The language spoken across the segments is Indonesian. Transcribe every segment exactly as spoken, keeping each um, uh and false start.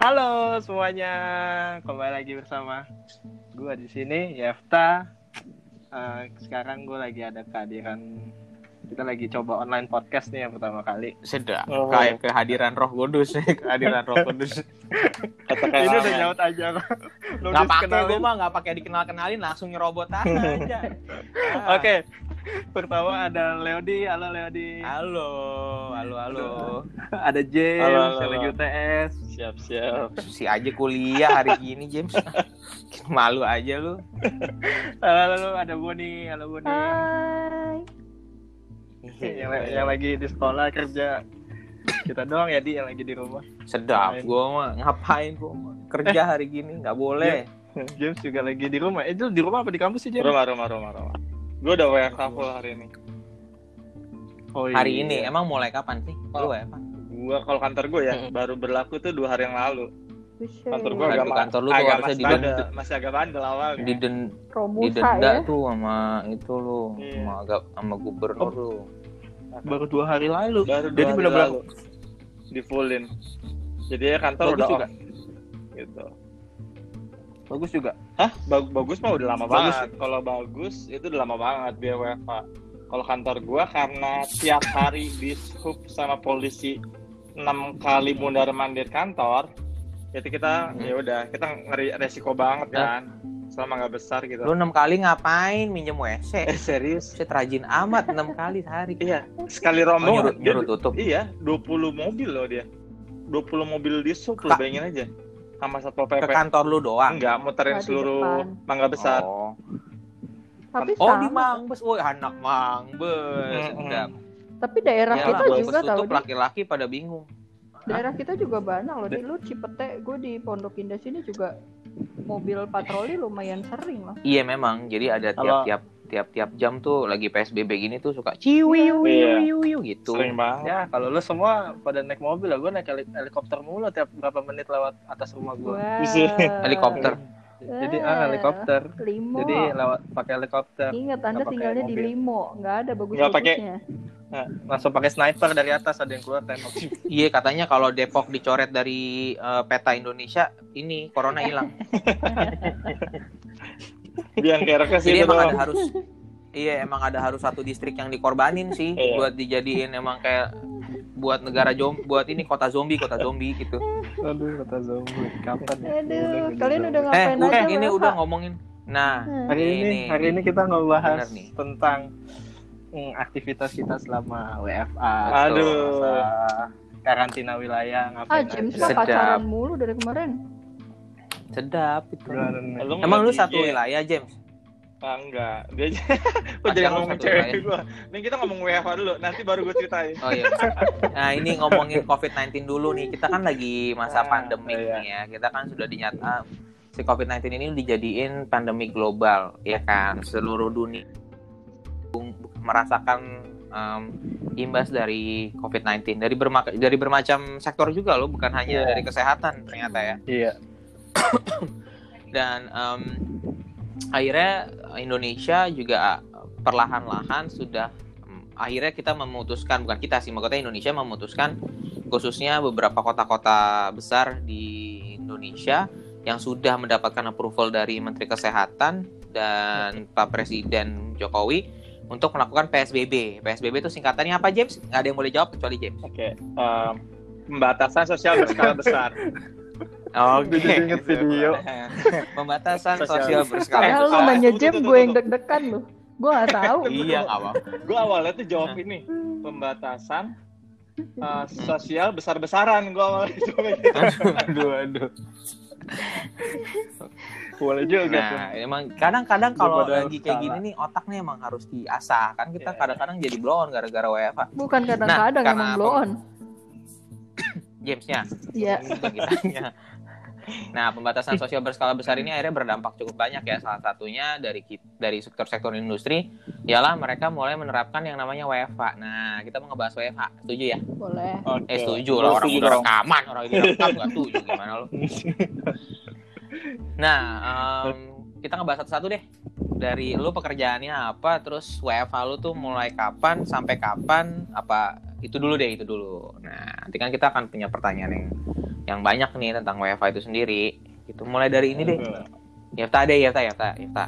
Halo semuanya, kembali lagi bersama gue di sini, Yefta. Uh, sekarang gue lagi ada kehadiran, kita lagi coba online podcast nih yang pertama kali. Sedap, oh. Kayak kehadiran Roh Kudus, kehadiran Roh Kudus. Ini udah nyaut aja. Nggak pakai gue mah, nggak pakai dikenal-kenalin, langsung nyerobot aja. ah. Oke. Okay. Pertama ada Leody, halo Leody. Halo, halo, halo. Ada James, halo, halo, yang lagi U T S. Siap, siap. Si aja kuliah hari gini James. Malu aja lu. Halo, halo, ada Boni, halo Boni. Hai. yang, yang lagi di sekolah kerja. Kita doang ya Di yang lagi di rumah. Sedap, gue mah ngapain gue mah kerja hari gini, nggak boleh. James juga lagi di rumah. Eh, itu di rumah apa di kampus sih James? Rumah, rumah, rumah, rumah. Gue udah W F H full hari ini. Oh, iya. Hari ini emang mulai kapan sih? Oh, gue Gue kalau kantor gue ya hmm. baru berlaku tuh dua hari yang lalu. Bisa. Kantor gue agak kantor lu tuh harusnya didenda, masih agak bandel awalnya. Diden, Romusa, didenda ya? tuh sama itu lu, iya. sama agak sama gubernur oh. lu. Baru dua hari lalu. Baru dua Jadi hari benar-benar lalu. Di fullin. Jadi ya kantor bagus udah juga. Off. Gitu. Bagus juga. Hah? Bag- bagus mah udah lama bagus. banget. Kalau bagus itu udah lama banget biar W F H. Kalau kantor gua karena tiap hari dishub sama polisi enam kali mundar mandir kantor, jadi kita hmm. ya udah kita ngeri resiko banget kan. Selama nggak besar gitu. Lu enam kali ngapain minjem W C? Eh serius? Saya rajin amat enam kali sehari. Iya. Sekali rombongan. Oh, nyuruh, nyuruh tutup. Iya, dua puluh mobil loh dia. dua puluh mobil dishub lo bayangin aja. Sama Satpol P P. Ke kantor lu doang? Enggak, muterin seluruh Mangga Besar. Oh, tapi oh sama. Di Mangbes, woi anak Mangbes, sedap. Tapi daerah ya kita lah, juga tahu tutup laki-laki pada bingung. Daerah kita juga banyak loh, di lu Cipete, gue di Pondok Indah sini juga mobil patroli lumayan sering loh. Iya memang, jadi ada tiap-tiap tiap-tiap jam tuh lagi P S B B gini tuh suka ciwiu iya. gitu. Sering banget. Ya kalau lu semua pada naik mobil lah, gue naik helikopter mulu tiap berapa menit lewat atas rumah gue. Wow. Helikopter. Jadi ah helikopter. Limo. Jadi lewat pakai helikopter. Ingat Anda tinggalnya di Limo, nggak ada bagus-bagusnya. Nah, langsung pakai sniper dari atas ada yang keluar tembak. Iya katanya kalau Depok dicoret dari uh, peta Indonesia, ini corona hilang. Biar kayak Jadi emang ada harus, iya emang ada harus satu distrik yang dikorbanin sih iya. buat dijadiin emang kayak buat negara zombie, buat ini kota zombie, kota zombie gitu. Aduh kota zombie, kapan ya? Aduh, udah, kalian udah ngapain eh, aja? Eh, ini udah ngomongin. Nah, hari ini, ini hari ini kita ngebahas nih. tentang mm, aktivitas kita selama W F A. Aduh. Masa karantina wilayah ngapain? Ah, James lah pacaran mulu dari kemarin. Sedap itu. Lu Emang lu satu iya. wilayah, James? Ah, enggak. Dia kok jadi ngomong cewek gua. Nih kita ngomong W F H dulu, nanti baru gue ceritain. Oh iya. Nah, ini ngomongin covid sembilan belas dulu nih. Kita kan lagi masa ah, pandemik iya. nih ya. Kita kan sudah dinyata si covid sembilan belas ini dijadiin pandemi global, ya kan? Seluruh dunia merasakan um, imbas dari covid sembilan belas dari berma- dari bermacam sektor juga loh, bukan hanya yeah. dari kesehatan ternyata ya. Iya. Dan um, akhirnya Indonesia juga perlahan-lahan sudah um, akhirnya kita memutuskan, bukan kita sih, maksudnya Indonesia memutuskan khususnya beberapa kota-kota besar di Indonesia yang sudah mendapatkan approval dari Menteri Kesehatan dan Pak Presiden Jokowi untuk melakukan P S B B. P S B B itu singkatannya apa, James? Nggak ada yang boleh jawab kecuali James. Oke, okay. um, pembatasan sosial berskala besar. Oke, okay. Ingat video pembatasan sosial berskala besar. Kalau lu nanya James, gue yang deg-degan lu. Gue nggak tahu. Iya, nggak apa. Gue awalnya tuh jawab ini pembatasan uh, sosial besar-besaran. Gue awalnya coba gitu. Aduh, aduh. Boleh juga. Nah, emang kadang-kadang kalau lagi kayak gini nih otaknya emang harus diasah. Kan kita yeah. kadang-kadang jadi blow on gara-gara W F H. Bukan kadang-kadang nah, emang blow on. Jamesnya. Iya. Yeah. Nah, pembatasan sosial berskala besar ini akhirnya berdampak cukup banyak ya. Salah satunya dari dari sektor-sektor industri ialah mereka mulai menerapkan yang namanya W F H. Nah, kita mau ngebahas W F H. Setuju ya? Boleh. Okay. Eh, setuju lah. Orang udah rekaman, orang ini rekam nggak setuju. Gimana lo? Nah, um, kita ngebahas satu-satu deh. Dari lu pekerjaannya apa, terus W F H lu tuh mulai kapan, sampai kapan, apa itu dulu deh, itu dulu. Nah, nanti kan kita akan punya pertanyaan yang yang banyak nih tentang W F H itu sendiri. Gitu. Mulai dari ini deh. Yefta deh, Yefta, Yefta, Yefta.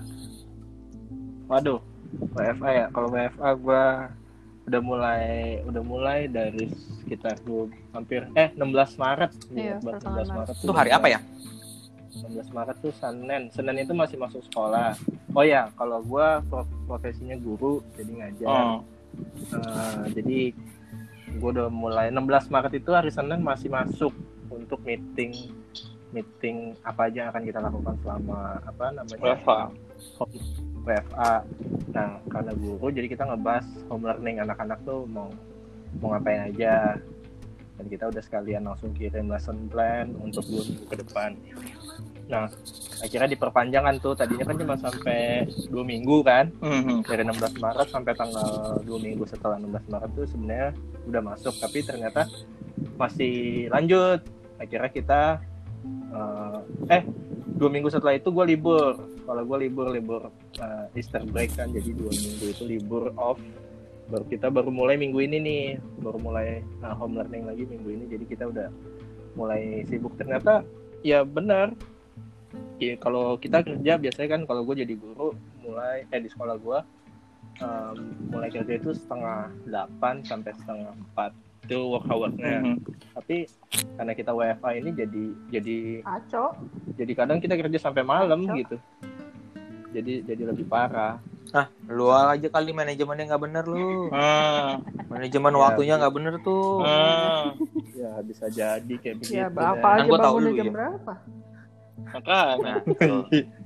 Waduh, W F A ya. Kalau W F A gue udah mulai udah mulai dari sekitar dua, hampir eh enam belas Maret. Iya, enam belas pertengahan Maret. Itu hari apa ya? enam belas Maret tuh Senin. Senin itu masih masuk sekolah. Oh ya, kalau gue profesinya guru, jadi ngajar. Oh. Uh, jadi gue udah mulai enam belas Maret itu hari Senin masih masuk untuk meeting meeting apa aja yang akan kita lakukan selama apa namanya W F A. W F A. Nah, karena guru jadi kita ngebahas home learning anak-anak tuh mau mau ngapain aja. Dan kita udah sekalian langsung kirim lesson plan untuk dua minggu ke depan. Nah, akhirnya diperpanjangan tuh. Tadinya kan cuma sampai dua minggu kan. Mm-hmm. Dari enam belas Maret sampai tanggal dua minggu setelah enam belas Maret tuh sebenarnya udah masuk. Tapi ternyata masih lanjut. Akhirnya kita uh, eh dua minggu setelah itu gue libur. Kalau gue libur libur uh, Easter break kan, jadi dua minggu itu libur off. Baru kita baru mulai minggu ini nih, baru mulai uh, home learning lagi minggu ini. Jadi kita udah mulai sibuk. Ternyata ya benar. Ya, kalau kita kerja biasanya kan kalau gue jadi guru mulai eh di sekolah gue um, mulai kerja itu setengah delapan sampai setengah empat itu work hour-nya. Mm-hmm. Tapi karena kita W F A ini jadi jadi Aco. jadi kadang kita kerja sampai malam Aco. gitu. Jadi jadi lebih parah. Ah, lu aja kali manajemennya nggak bener lu. Ah. Manajemen Ya, waktunya nggak bener tuh. Ah. Ya bisa jadi kayak begitu. Ya, deh. bapak Kan aja gua tahu bangunnya lu, jam ya. berapa? Makanya. Nah, tuh.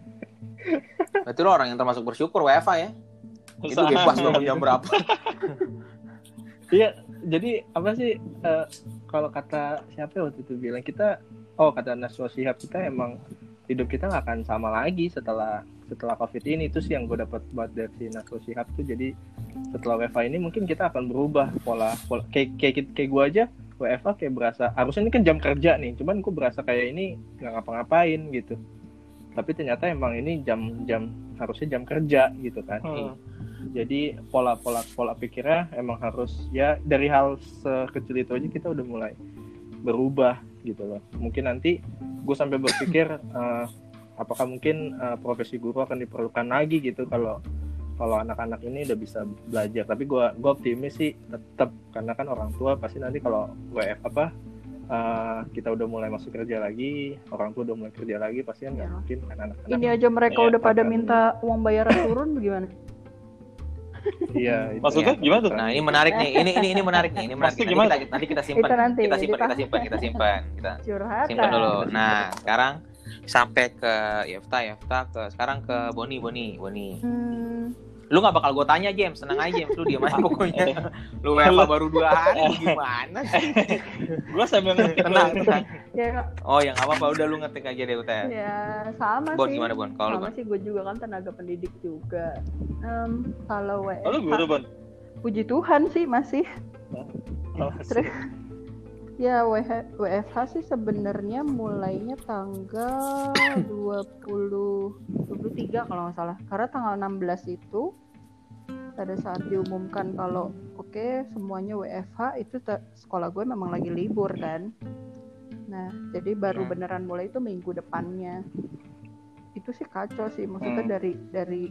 Berarti lu orang yang termasuk bersyukur W F A ya. Itu Usaha. bebas bangun jam berapa. Iya, jadi apa sih uh, kalau kata siapa waktu itu bilang kita oh kata Naswa Shihab kita emang hidup kita nggak akan sama lagi setelah setelah COVID ini. Itu sih yang gue dapat buat dari Naswa Shihab tuh. Jadi setelah W F A ini mungkin kita akan berubah pola pola kayak kayak kayak gue aja W F A kayak berasa harusnya ini kan jam kerja nih, cuman gue berasa kayak ini nggak ngapa-ngapain gitu. Tapi ternyata emang ini jam-jam harusnya jam kerja gitu kan. Hmm. Jadi pola-pola pola pikirnya emang harus ya dari hal sekecil itu aja kita udah mulai berubah gitu loh. Mungkin nanti gue sampai berpikir uh, apakah mungkin uh, profesi guru akan diperlukan lagi gitu kalau kalau anak-anak ini udah bisa belajar. Tapi gue gue optimis sih tetap karena kan orang tua pasti nanti kalau W F apa uh, kita udah mulai masuk kerja lagi, orang tua udah mulai kerja lagi pasti kan nggak Ya. mungkin anak-anak Ini aja mereka Iya, udah pada akan- minta uang bayaran turun bagaimana? Iya. itu Maksudnya ya. gimana tuh? Nah, ini menarik nih. Ini ini ini menarik nih. Ini menarik. Maksudnya Nanti gimana? kita, nanti kita simpan. Itu nanti, Kita simpan, kita dipakai. simpan, kita simpan. Kita Curhatan. simpan dulu. Nah, sekarang sampai ke Yefta, Yefta ke sekarang ke Boni, Boni, Boni. Hmm, Lu nggak bakal gue tanya James, seneng aja James, lu diam aja pokoknya. Lu W F A baru dua hari, gimana sih? Gue sambil ngetik Tenang, dulu. tenang. ya, Oh ya nggak apa-apa, udah lu ngetik aja deh Uta. ya sama Bon sih. gimana Bon? Kalau lu Sama Bon? sih gue juga kan tenaga pendidik juga. Em, kalau W F H, Oh, lu guru, Bon? puji Tuhan sih masih. Oh, Terus ya W F H sih sebenarnya mulainya tanggal dua puluh dua puluh tiga kalau nggak salah. Karena tanggal enam belas itu pada saat diumumkan kalau oke okay, semuanya W F H itu te- sekolah gue memang lagi libur kan. Nah, jadi baru Hmm. beneran mulai itu minggu depannya. Itu sih kacau sih, maksudnya Hmm. dari dari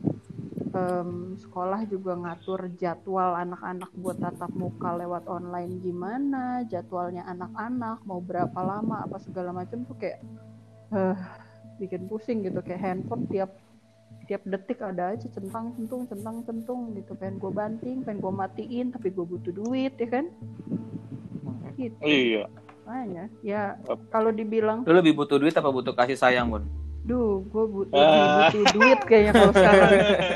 em, sekolah juga ngatur jadwal anak-anak buat tatap muka lewat online gimana, jadwalnya anak-anak mau berapa lama apa segala macam tuh kayak eh bikin pusing gitu, kayak handphone tiap tiap detik ada aja centang centung centang centung gitu, pengen gue banting, pengen gue matiin tapi gue butuh duit ya kan gitu. Iya. Makanya ya kalau dibilang Lu lebih butuh duit apa butuh kasih sayang Bon? duh gue butuh, Ah. butuh duit kayaknya kalau sekarang.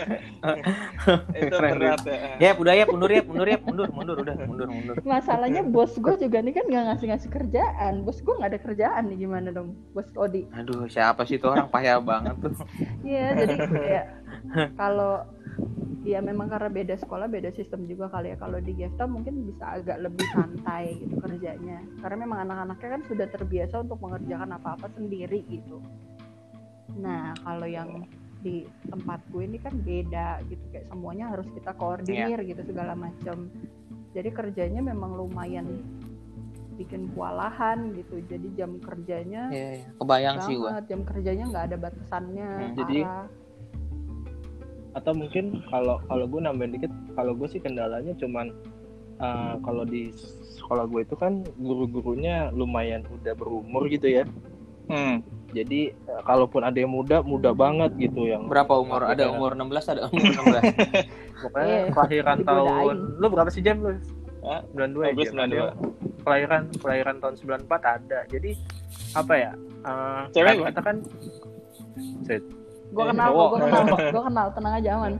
Itu Keren, berat ya. Ya udah ya, mundur ya, mundur ya, mundur, mundur, udah, mundur, mundur. Masalahnya bos gue juga nih kan nggak ngasih-ngasih kerjaan. Bos gue nggak ada kerjaan nih, gimana dong bos Odi? Aduh, siapa sih tuh orang payah banget tuh. Iya, jadi kayak kalau ya memang karena beda sekolah, beda sistem juga kali ya. Kalau di Gefta mungkin bisa agak lebih santai gitu kerjanya. Karena memang anak-anaknya kan sudah terbiasa untuk mengerjakan apa-apa sendiri gitu. Nah, kalau yang di tempat gue ini kan beda gitu, kayak semuanya harus kita koordinir gitu segala macam. Jadi kerjanya memang lumayan bikin kewalahan gitu. Jadi jam kerjanya Iya, iya. Kebayang sih gua. banget, jam kerjanya nggak ada batasannya. Hmm, jadi parah. atau mungkin kalau kalau gue nambahin dikit, kalau gue sih kendalanya cuman uh, kalau di sekolah gue itu kan guru-gurunya lumayan udah berumur gitu ya. Hmm. Jadi uh, kalaupun ada yang muda, muda banget gitu yang Berapa umur? Ada umur enam belas, ada umur enam belas. pokoknya Eh, kelahiran tahun digodain. lu berapa sih Jam lu? Hah? sembilan puluh dua ya. Jam? sembilan puluh dua. Ada yang kelahiran kelahiran tahun sembilan puluh empat ada. Jadi apa ya? Uh, Cewek kan bukan? kita kan Set. Gue Eh, kenal, cowok. gue kenal, gue kenal, tenang aja aman.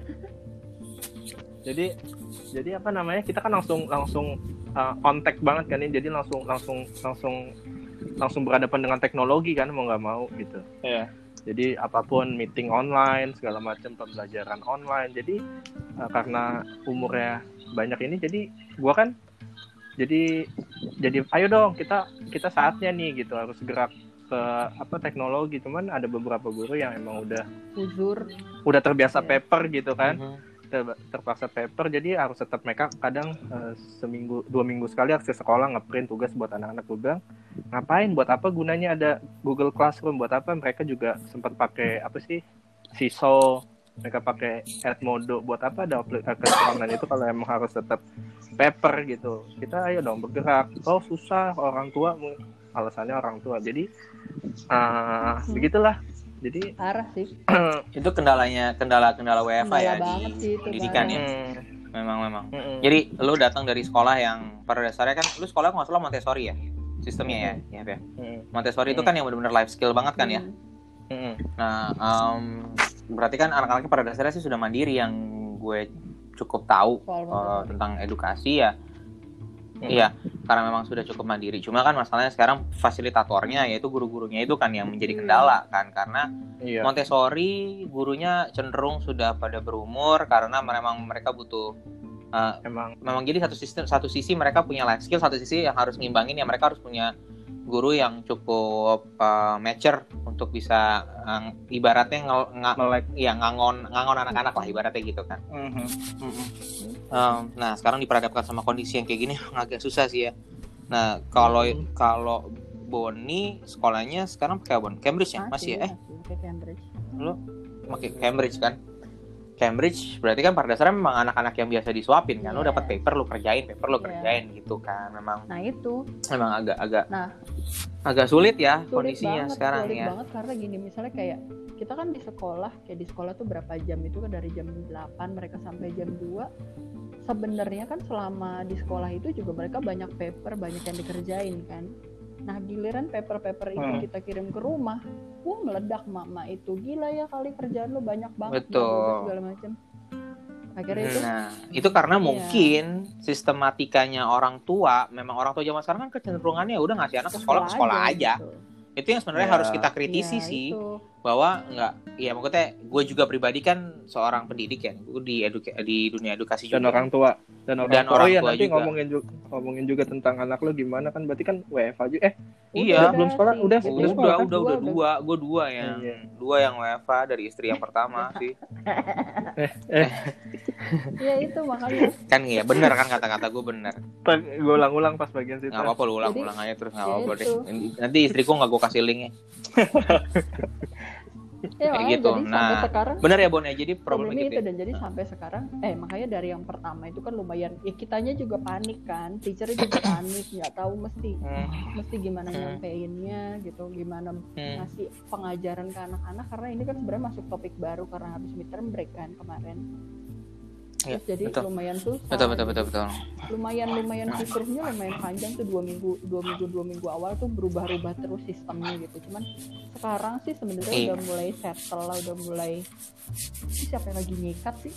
jadi jadi apa namanya, kita kan langsung langsung uh, kontak banget kan ini, jadi langsung langsung langsung langsung berhadapan dengan teknologi kan, mau nggak mau gitu. Iya. Jadi apapun meeting online segala macam, pembelajaran online. Jadi uh, karena umurnya banyak ini, jadi gua kan jadi jadi ayo dong kita kita saatnya nih gitu, harus gerak ke apa teknologi. Cuman ada beberapa guru yang emang udah Uzur. udah terbiasa Iya. paper gitu kan. Mhm. Ter- terpaksa paper, jadi harus tetap mereka kadang uh, seminggu dua minggu sekali harus ke sekolah ngeprint tugas buat anak-anak. Gue bilang ngapain, buat apa gunanya ada Google Classroom, buat apa mereka juga sempat pakai apa sih Siso, mereka pakai Edmodo, buat apa ada aplikasi online itu kalau emang harus tetap paper gitu. Kita ayo dong bergerak. Oh susah, orang tua, alasannya orang tua. Jadi uh, Hmm. begitulah. Jadi Parah sih. Itu kendalanya kendala-kendala W F H ya Kendala banget di sih itu, pendidikan ya. hmm, Memang memang. hmm, Jadi lu datang dari sekolah yang pada dasarnya kan lu sekolah nggak salah Montessori ya sistemnya ya, ya, ya. hmm, Montessori itu kan yang benar-benar life skill banget kan ya. Hmm. hmm. Nah, em, berarti kan anak-anaknya pada dasarnya sih sudah mandiri, yang gue cukup tahu Soal eh, Montessori. tentang edukasi ya. Hmm. Iya, karena memang sudah cukup mandiri. Cuma kan masalahnya sekarang fasilitatornya yaitu guru-gurunya itu kan yang menjadi kendala kan, karena Iya. Montessori gurunya cenderung sudah pada berumur karena memang mereka butuh eh, Emang memang jadi satu sistem satu sisi mereka punya life skill, satu sisi yang harus ngimbangin ya mereka harus punya guru yang cukup uh, mature untuk bisa uh, ibaratnya ng- ng- melek. ya ngangon ngangon anak-anak lah ibaratnya gitu kan. Mhm. Um, nah sekarang diperhadapkan sama kondisi yang kayak gini agak susah sih ya. Nah kalau Hmm. kalau Boni sekolahnya sekarang pakai apa? Cambridge ya masih ya? Eh masih pakai Cambridge. lu pakai Cambridge kan? Cambridge berarti kan pada dasarnya memang anak-anak yang biasa disuapin kan, lu Iya. dapat paper lu kerjain, paper lu Iya. kerjain gitu kan, memang Nah itu memang agak-agak Nah. agak sulit ya sulit kondisinya banget, sekarang sulit ya. banget karena gini, misalnya kayak kita kan di sekolah, kayak di sekolah tuh berapa jam itu kan, dari jam delapan mereka sampai jam dua. Sebenarnya kan selama di sekolah itu juga mereka banyak paper, banyak yang dikerjain kan. Nah giliran paper-paper itu Hmm. kita kirim ke rumah, wah meledak mama itu, gila ya kali kerjaan lo banyak banget, Betul. bla, bla, bla, segala macam. Akhirnya itu Nah, itu karena Iya. mungkin sistematikanya orang tua, memang orang tua zaman sekarang kan kecenderungannya udah ngasih anak ke sekolah ke sekolah aja. gitu. Itu yang sebenarnya Ya. harus kita kritisi Iya, sih, itu. bahwa nggak, ya maksudnya gue juga pribadi kan seorang pendidik ya, gue di eduka- di dunia edukasi Dan juga. orang tua dan orang Dan tua. orang Oh iya, tua nanti juga. ngomongin juga ngomongin juga tentang anak lo gimana kan, berarti kan W F H juga. Eh Iya. udah, belum sekolah, sih. udah, Gitu. Udah, udah udah, sekolah kan? udah, udah Dua, dua, gue dua yang Iya. dua yang W F H dari istri yang pertama sih. Ya itu makanya. Kan ya bener kan kata-kata gue bener. Gue ulang-ulang pas bagian situ. Nggak apa-apa lu Jadi, ulang-ulang aja terus nggak ya apa-apa deh. itu. Nanti istriku nggak gue kasih linknya. Ya, Kayak makanya gitu. jadi sampai Nah, sekarang Bener ya Bon ya, jadi problemnya problemnya gitu itu, ya. dan jadi sampai sekarang eh makanya dari yang pertama itu kan lumayan, ya kitanya juga panik kan, teachernya juga panik, nggak tahu mesti Hmm. mesti gimana Hmm. nyampeinnya gitu, gimana Hmm. ngasih pengajaran ke anak-anak, karena ini kan sebenarnya masuk topik baru karena habis midterm break kan kemarin. Ya, Terus jadi betul. lumayan susah. Betul betul betul betul. Lumayan lumayan fiturnya lumayan panjang tuh, dua minggu dua minggu dua minggu awal tuh berubah-ubah terus sistemnya gitu. Cuman sekarang sih sebenarnya Iya. udah mulai settle lah, udah mulai. Ini siapa yang lagi nyikat sih?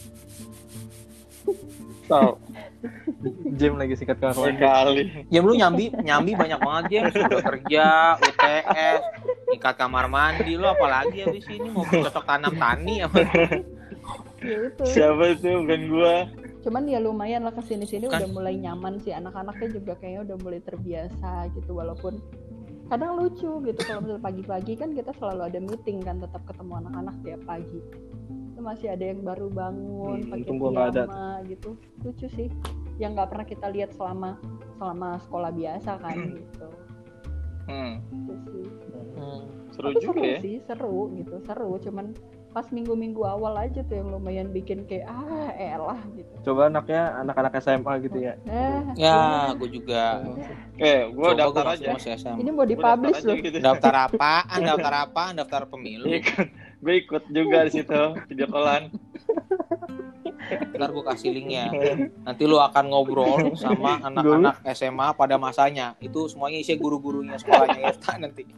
Tahu. Jim lagi sikat kawan. Sekali. Ya lu nyambi nyambi banyak banget ya, sudah kerja, U T S, ikat kamar mandi, lu apalagi habis ini mau cocok tanam tani apa? Ya itu. Siapa itu? Bukan gua. Cuman ya lumayan lah kesini-sini Kan. udah mulai nyaman sih, anak-anaknya juga kayaknya udah mulai terbiasa gitu, walaupun kadang lucu gitu kalau misalnya pagi-pagi kan kita selalu ada meeting kan, tetap ketemu anak-anak tiap pagi. Itu masih ada yang baru bangun Hmm, pakai untung gua nggak ada. piyama gitu, lucu sih. yang nggak pernah kita lihat selama selama sekolah biasa kan gitu. Hmm. Itu sih. Hmm. Seru Tapi juga seru ya. sih, seru gitu, seru. Cuman pas minggu-minggu awal aja tuh yang lumayan bikin kayak ah elah gitu. Coba anaknya anak-anak S M A gitu ya. Eh, Ya, gue juga. Eh, gue Coba daftar gue aja. masih masih S M A. ini mau Gua dipublish daftar loh. aja gitu. Daftar apaan? Daftar apaan? Daftar pemilu. Ikut, gue ikut juga di situ video callan. Ntar gue kasih linknya. Nanti lu akan ngobrol sama anak-anak S M A pada masanya. Itu semuanya isinya guru-gurunya sekolahnya Efta nanti.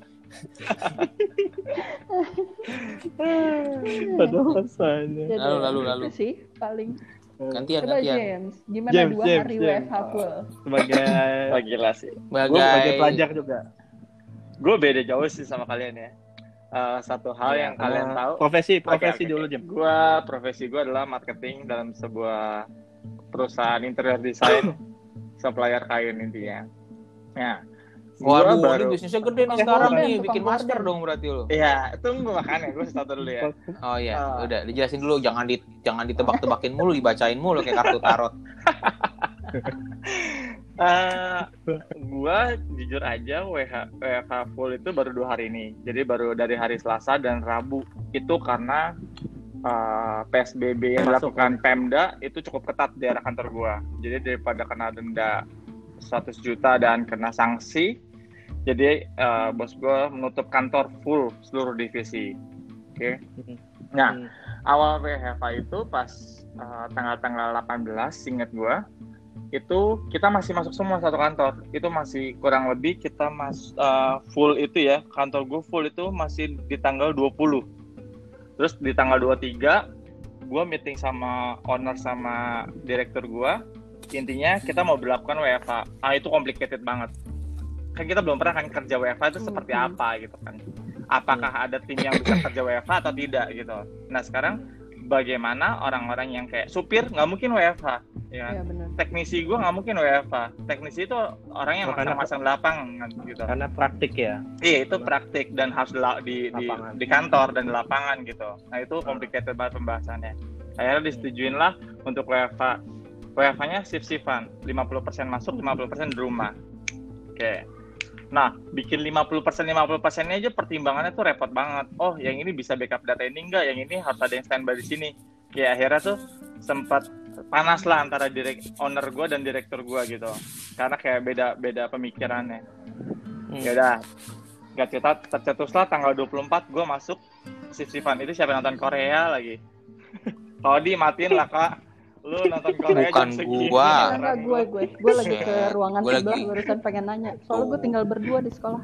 Pada masanya. Jadi, Lalu, lalu, lalu. Itu sih paling. Gantian, Coba gantian. James, gimana James, dua James, hari James. W F H full? Sebagai Wah gila sih. gue sebagai Sebagai pelajar juga. Gue beda jauh sih sama kalian ya. Eh, satu hal Iya, yang kalian sama tahu. Profesi, Oke, profesi oke, dulu oke. Jam. Gua profesi gue adalah marketing dalam sebuah perusahaan interior design supplier kain intinya. Nah, gua Waduh, baru ini bisnisnya gede nih Tukang sekarang gorden, nih, tukang bikin masker gorden. dong berarti lo. Iya, tunggu makanya gue satu dulu ya. Oh iya, Ah. udah dijelasin dulu, jangan di jangan ditebak-tebakin mulu, dibacain mulu kayak kartu tarot. Eh, gua jujur aja W H W F H full itu baru dua hari ini. Jadi baru dari hari Selasa dan Rabu. Itu karena eh, P S B B yang Masuk. dilakukan Pemda itu cukup ketat di arah kantor gua. Jadi daripada kena denda seratus juta dan kena sanksi, jadi eh, bos gua menutup kantor full seluruh divisi. Oke. Nah, Hmm. awal W F H itu pas eh, tanggal-tanggal delapan belas, ingat gua, itu kita masih masuk semua satu kantor. Itu masih kurang lebih kita mas eh, full itu ya, kantor gue full itu masih di tanggal dua puluh. Terus di tanggal dua puluh tiga gue meeting sama owner sama direktur gue. Intinya kita mau berlakukan W F H. Ah, itu complicated banget. Kan kita belum pernah kan kerja W F H itu seperti Hmm. apa gitu kan. Apakah ada tim yang bisa kerja W F H atau tidak gitu. Nah, sekarang bagaimana orang-orang yang kayak supir nggak mungkin W F H ya kan? Iya benar. Teknisi gue nggak mungkin W F H. Teknisi itu orang yang Oh, karena- masang-masang di lapangan gitu. Karena praktik ya. Iya, itu praktik dan harus di, la- di, di, Lapangan. di kantor dan di lapangan gitu. Nah, itu complicated banget pembahasannya. Akhirnya disetujuin lah untuk W F H. W F H-nya shift-shiftan, lima puluh persen masuk, lima puluh persen di rumah. Oke. Nah, bikin lima puluh persen lima puluh persen-nya aja pertimbangannya tuh repot banget. Oh, yang ini bisa backup data ini enggak, yang ini harus ada yang standby di sini. Ya akhirnya tuh sempat panas lah antara direk owner gue dan direktur gue gitu. Karena kayak beda beda pemikirannya. Hmm. Ya udah. Gak cerita tercetuslah tanggal dua puluh empat gue masuk shift-shiftan. Itu siapa yang nonton Korea lagi? Kalau di matiin lah, Kak. Lu nonton Korea Bukan jam segini. gua. Enggak, gue gue gue lagi ke Shit, ruangan gua sebelah lagi- barusan pengen nanya. Soalnya gue tinggal berdua di sekolah.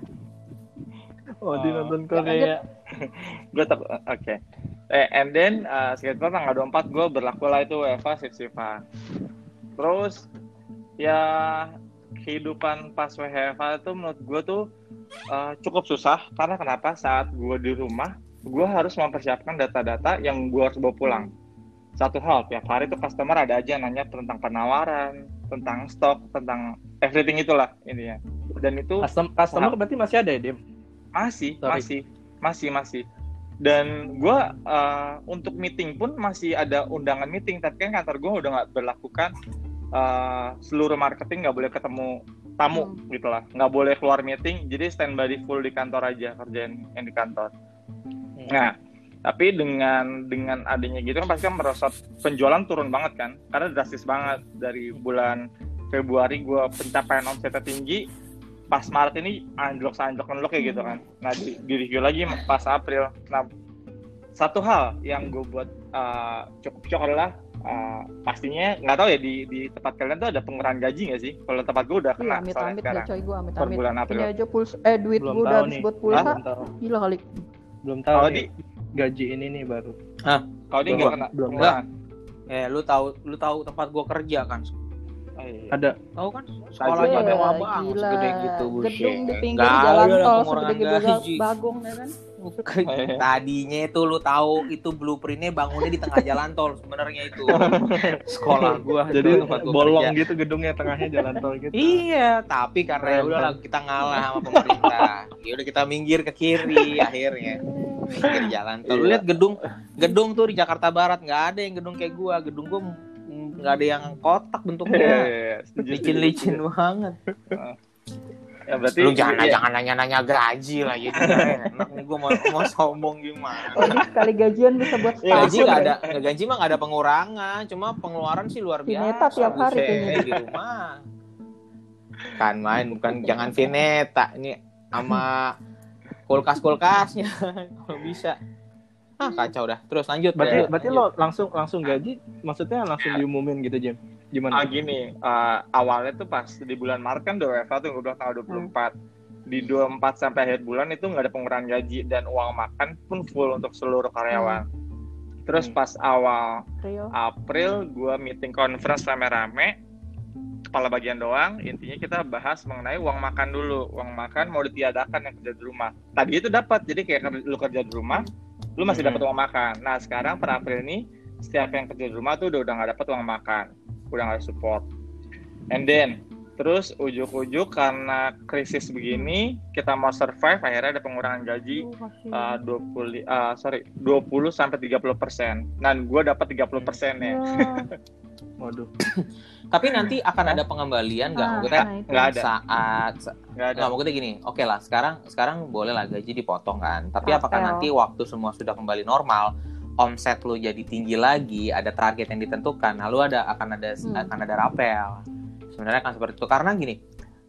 Oh, di nonton Ya, Korea. Gue tak oke. Eh, and then uh, sekitar tanggal dua puluh empat gue berlaku lah itu W F H shift-shiftan. Terus ya kehidupan pas W F H itu menurut gue tuh uh, cukup susah karena kenapa saat gue di rumah gue harus mempersiapkan data-data yang gue harus bawa pulang. Satu hal, tiap hari tuh customer ada aja nanya tentang penawaran, tentang stok, tentang everything itulah intinya. Dan itu Custom, customer berarti masih ada ya, Dim? masih, Sorry. masih, masih, masih. Dan gue uh, untuk meeting pun masih ada undangan meeting. Tapi kan kantor gue udah nggak berlakukan uh, seluruh marketing nggak boleh ketemu tamu Hmm. gitu lah, nggak boleh keluar meeting. Jadi standby di full di kantor aja kerjaan yang di kantor. Nah, tapi dengan dengan adanya gitu kan pasti kan merosot penjualan turun banget kan, karena drastis banget dari bulan Februari gue pencapaian omsetnya tinggi. Pas Maret ini anjlok anjlok anjlok kayak gitu kan. Nah di, di review lagi pas April. Nah satu hal yang gue buat uh, cukup shock adalah uh, pastinya nggak tahu ya di di tempat kalian tuh ada pengurahan gaji nggak sih? Kalau tempat gue udah Iya, kena amit soalnya amit deh sekarang coy gue amit per amit. bulan April. Ini aja pulsa eh duit Belum gue udah tahu habis nih. buat pulsa. Belum tahu. Gila kali. Belum tahu Kalau nih. di Gaji ini nih baru. kalau di Belum, nggak kena belum. pengurahan. Eh, lu tahu lu tahu tempat gua kerja kan? Oh, iya. Ada. Tahu kan? Sekolahnya Iya, mewah banget, gila. segede gitu. Gedung di buset. pinggir Nggak jalan ada tol pengurangan segede-gede gaji. bagong ya kan. Tadinya itu lu tahu itu blueprintnya bangunnya di tengah jalan tol sebenarnya itu sekolah gua. Jadi itu tempat gua bolong kerja. gitu gedungnya, tengahnya jalan tol gitu. Iya, tapi karena ya Keren, udah lah keren. kita ngalah sama pemerintah. Ya udah kita minggir ke kiri akhirnya. Minggir jalan tol. Lu Iya. lihat gedung gedung tuh di Jakarta Barat nggak ada yang gedung kayak gua. Gedung gua mm, nggak ada yang kotak Iya, bentuknya, iya, iya. Setuju, licin-licin setuju. banget. Ya berarti Lu jangan iya. jangan nanya-nanya gaji lah, jadi nggak enak nih gue mau mau sombong gimana. Odi sekali gajian bisa buat Iya, setahun. Gaji nggak ada, nggak gaji mah nggak ada pengurangan, cuma pengeluaran sih luar biasa. Vineta tiap hari Buset, kayaknya. di rumah. Kan main bukan jangan Vineta ini sama kulkas-kulkasnya kalau bisa. Ah kacau dah. Terus lanjut. Berarti ya, berarti lanjut. lo langsung langsung gaji, maksudnya langsung diumumin gitu, Jam? Ah Gimana? gini, uh, awalnya tuh pas di bulan Maret kan udah W F H tuh udah tanggal dua puluh empat. Di dua puluh empat sampai akhir bulan itu nggak ada pengurangan gaji dan uang makan pun full untuk seluruh karyawan. Terus Hmm. pas awal Rio. April gue meeting conference rame-rame, kepala bagian doang, intinya kita bahas mengenai uang makan dulu. Uang makan mau ditiadakan yang kerja di rumah. Tadi itu dapat, jadi kayak lu kerja di rumah, lu masih Hmm. dapat uang makan. Nah sekarang per April ini, setiap yang kerja di rumah tuh udah udah nggak dapat uang makan, udah nggak ada support. And then, terus ujuk-ujuk karena krisis begini, kita mau survive, akhirnya ada pengurangan gaji uh, dua puluh, uh, sorry, dua puluh sampai tiga puluh persen. Dan gue dapat tiga puluh persennya. Ya. Waduh. Tapi nanti akan ada pengembalian nggak? Ah, Maksudnya nah itu. Nggak ada, saat nggak ada. nggak maksudnya gini. Oke lah, sekarang sekarang boleh lah gaji dipotong kan. Tapi apakah Rapel. nanti waktu semua sudah kembali normal, omset lu jadi tinggi lagi, ada target yang ditentukan, lalu ada akan ada Hmm. akan ada rapel. Sebenarnya kan seperti itu karena gini.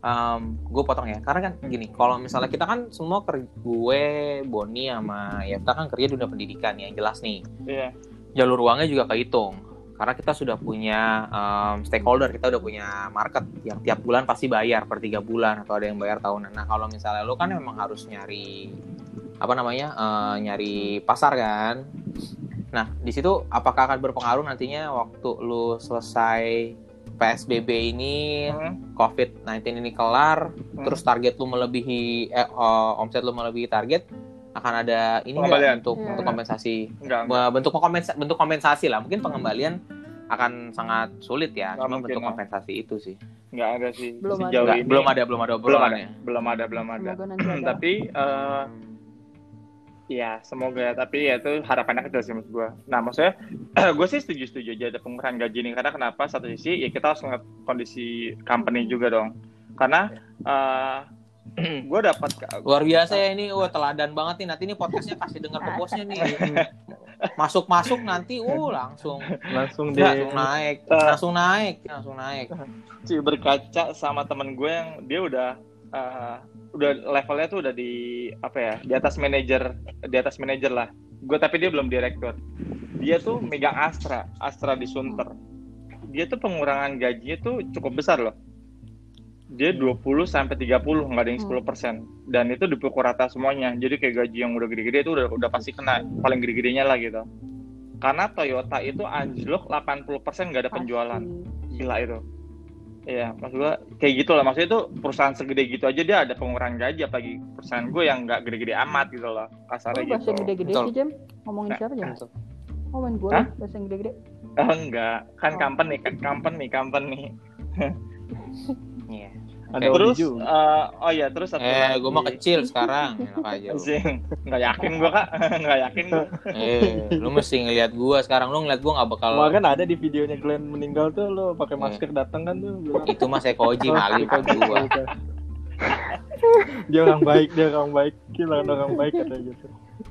Um, gue potong ya, karena kan gini, kalau misalnya kita kan semua kerja, gue, Boni sama ya kita kan kerja di dunia pendidikan yang jelas nih, Iya. jalur uangnya juga kehitung, karena kita sudah punya um, stakeholder, kita udah punya market yang tiap bulan pasti bayar per tiga bulan atau ada yang bayar tahunan. Nah kalau misalnya lo kan memang harus nyari apa namanya, uh, nyari pasar kan, nah di situ apakah akan berpengaruh nantinya waktu lo selesai P S B B ini, Hmm. covid sembilan belas ini kelar, Hmm. terus target lu melebihi eh, uh, omset lu melebihi target, akan ada ini nggak Pengembalian. untuk Iya. untuk kompensasi, Enggak, enggak. Be- bentuk kompensasi bentuk kompensasi lah, mungkin pengembalian akan sangat sulit ya, Nggak cuma mungkin, bentuk lah. kompensasi itu sih. Nggak ada sih. Belum ada. Sejauh Nggak, ini belum ada belum ada belum ada, obrolannya. belum ada, belum ada. Semoga nanti ada. Tapi eh, ya semoga ya, tapi ya itu harapannya kecil sih menurut gue. Nah maksudnya gue sih setuju-setuju aja ada pengurangan gaji nih, karena kenapa, satu sisi ya kita harus ngeliat kondisi company juga dong, karena uh, gue dapat Luar biasa ya ini, wah teladan banget nih. Nanti nih podcastnya kasih dengar ke bosnya nih. Masuk-masuk nanti, uh langsung Langsung di langsung naik, langsung naik, langsung naik. sih berkaca sama temen gue yang dia udah uh, udah levelnya tuh udah di apa ya, di atas manajer, di atas manajer lah. Gue tapi dia belum direktur. Dia tuh megang Astra, Astra di Sunter. Dia tuh pengurangan gajinya tuh cukup besar loh. Dia dua puluh sampai tiga puluh, nggak ada yang sepuluh persen. Dan itu dipukul rata semuanya. Jadi kayak gaji yang udah gede-gede itu udah udah pasti kena, paling gede-gedenya lah gitu. Karena Toyota itu anjlok delapan puluh persen nggak ada penjualan. Pasti. Gila itu. Iya, maksud gue kayak gitu lah. Maksudnya itu perusahaan segede gitu aja dia ada pengurangan gaji, apalagi perusahaan gue yang nggak gede-gede amat gitu loh. Kasarnya Oh, bahasa gitu. gede-gede Betul. sih, Jam. Ngomongin Nah, siapa, Jam? Betul. Ngomongin gue Hah? lah, bahasa yang gede-gede. Oh, enggak, kan Oh. company, kan company, company. Iya. ada Terus, Odi juga. eh, oh ya, terus satu Eh, lagi. gue mah kecil sekarang, enak aja lu. Anjing. Nggak yakin gue kak, nggak yakin gue. Eh, lu mesti ngeliat gua sekarang, lu ngeliat gua nggak bakal. Kemarin ada di videonya Glenn meninggal tuh lo pakai masker datang kan tuh bilang, Itu mas Ekoji kali Bukan, bukan gua. bukan. Dia orang baik, dia orang baik, gila orang baik kata gitu.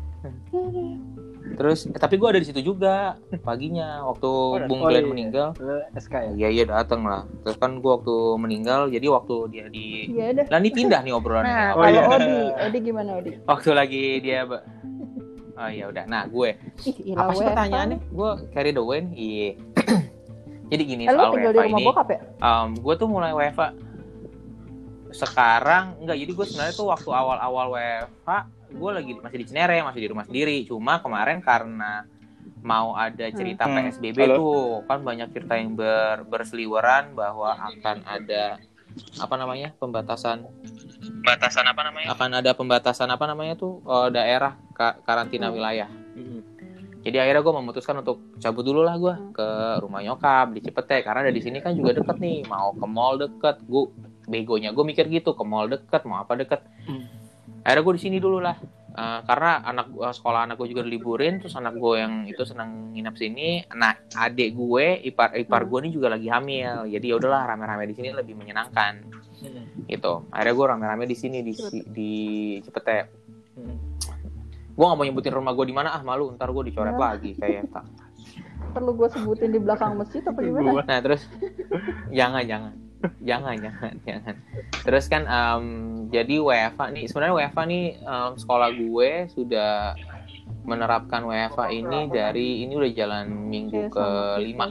Terus, eh, tapi gua ada di situ juga paginya waktu ada. Bung Oh, Glenn iya. meninggal. Lo S K ya? Iya iya dateng lah. Terus kan gua waktu meninggal, jadi waktu dia di. Iya dah. Lah ini pindah nih obrolannya. Nah, Oh, kalau iya. Odi, Odi gimana, Odi? Waktu lagi dia. ba- Oh iya udah. Nah gue. Ih, Apa sih W F H. pertanyaannya? Gue carry the win. Iya. Jadi gini Eh, lu soal tinggal W di F H rumah ini. bokap ya? Um, gue tuh mulai W F H sekarang enggak, jadi gue sebenarnya tuh waktu awal-awal W F H gue lagi masih di Cinere, masih di rumah sendiri. Cuma kemarin karena mau ada cerita Hmm. P S B B Halo. tuh kan banyak cerita yang ber, berseliweran bahwa akan ada apa namanya pembatasan pembatasan apa namanya akan ada pembatasan apa namanya tuh eh, daerah ka- karantina Hmm. wilayah. Jadi akhirnya gue memutuskan untuk cabut dulu lah gue ke rumah nyokap di Cipete karena dari sini kan juga deket nih, mau ke mall deket. Gue begonya gue mikir gitu, ke mall deket mau apa deket. Hmm. Akhirnya gue di sini dulu lah. Uh, karena anak uh, sekolah anak gue juga diliburin, terus anak gue yang itu senang nginep sini. Nah, adik gue, ipar ipar gue ini juga lagi hamil. Jadi ya udahlah rame-rame di sini lebih menyenangkan. Hmm. Gitu. Akhirnya gue rame-rame di sini di di Cipete. Hmm. Gue nggak mau nyebutin rumah gue di mana, ah malu, ntar gue dicoret nah. lagi kayak tak. Perlu gue sebutin di belakang masjid apa gimana? Nah terus jangan jangan. jangan jangan jangan terus kan um, jadi W F H nih sebenarnya W F H nih um, sekolah gue sudah menerapkan W F H ini dari ini udah jalan minggu kelima.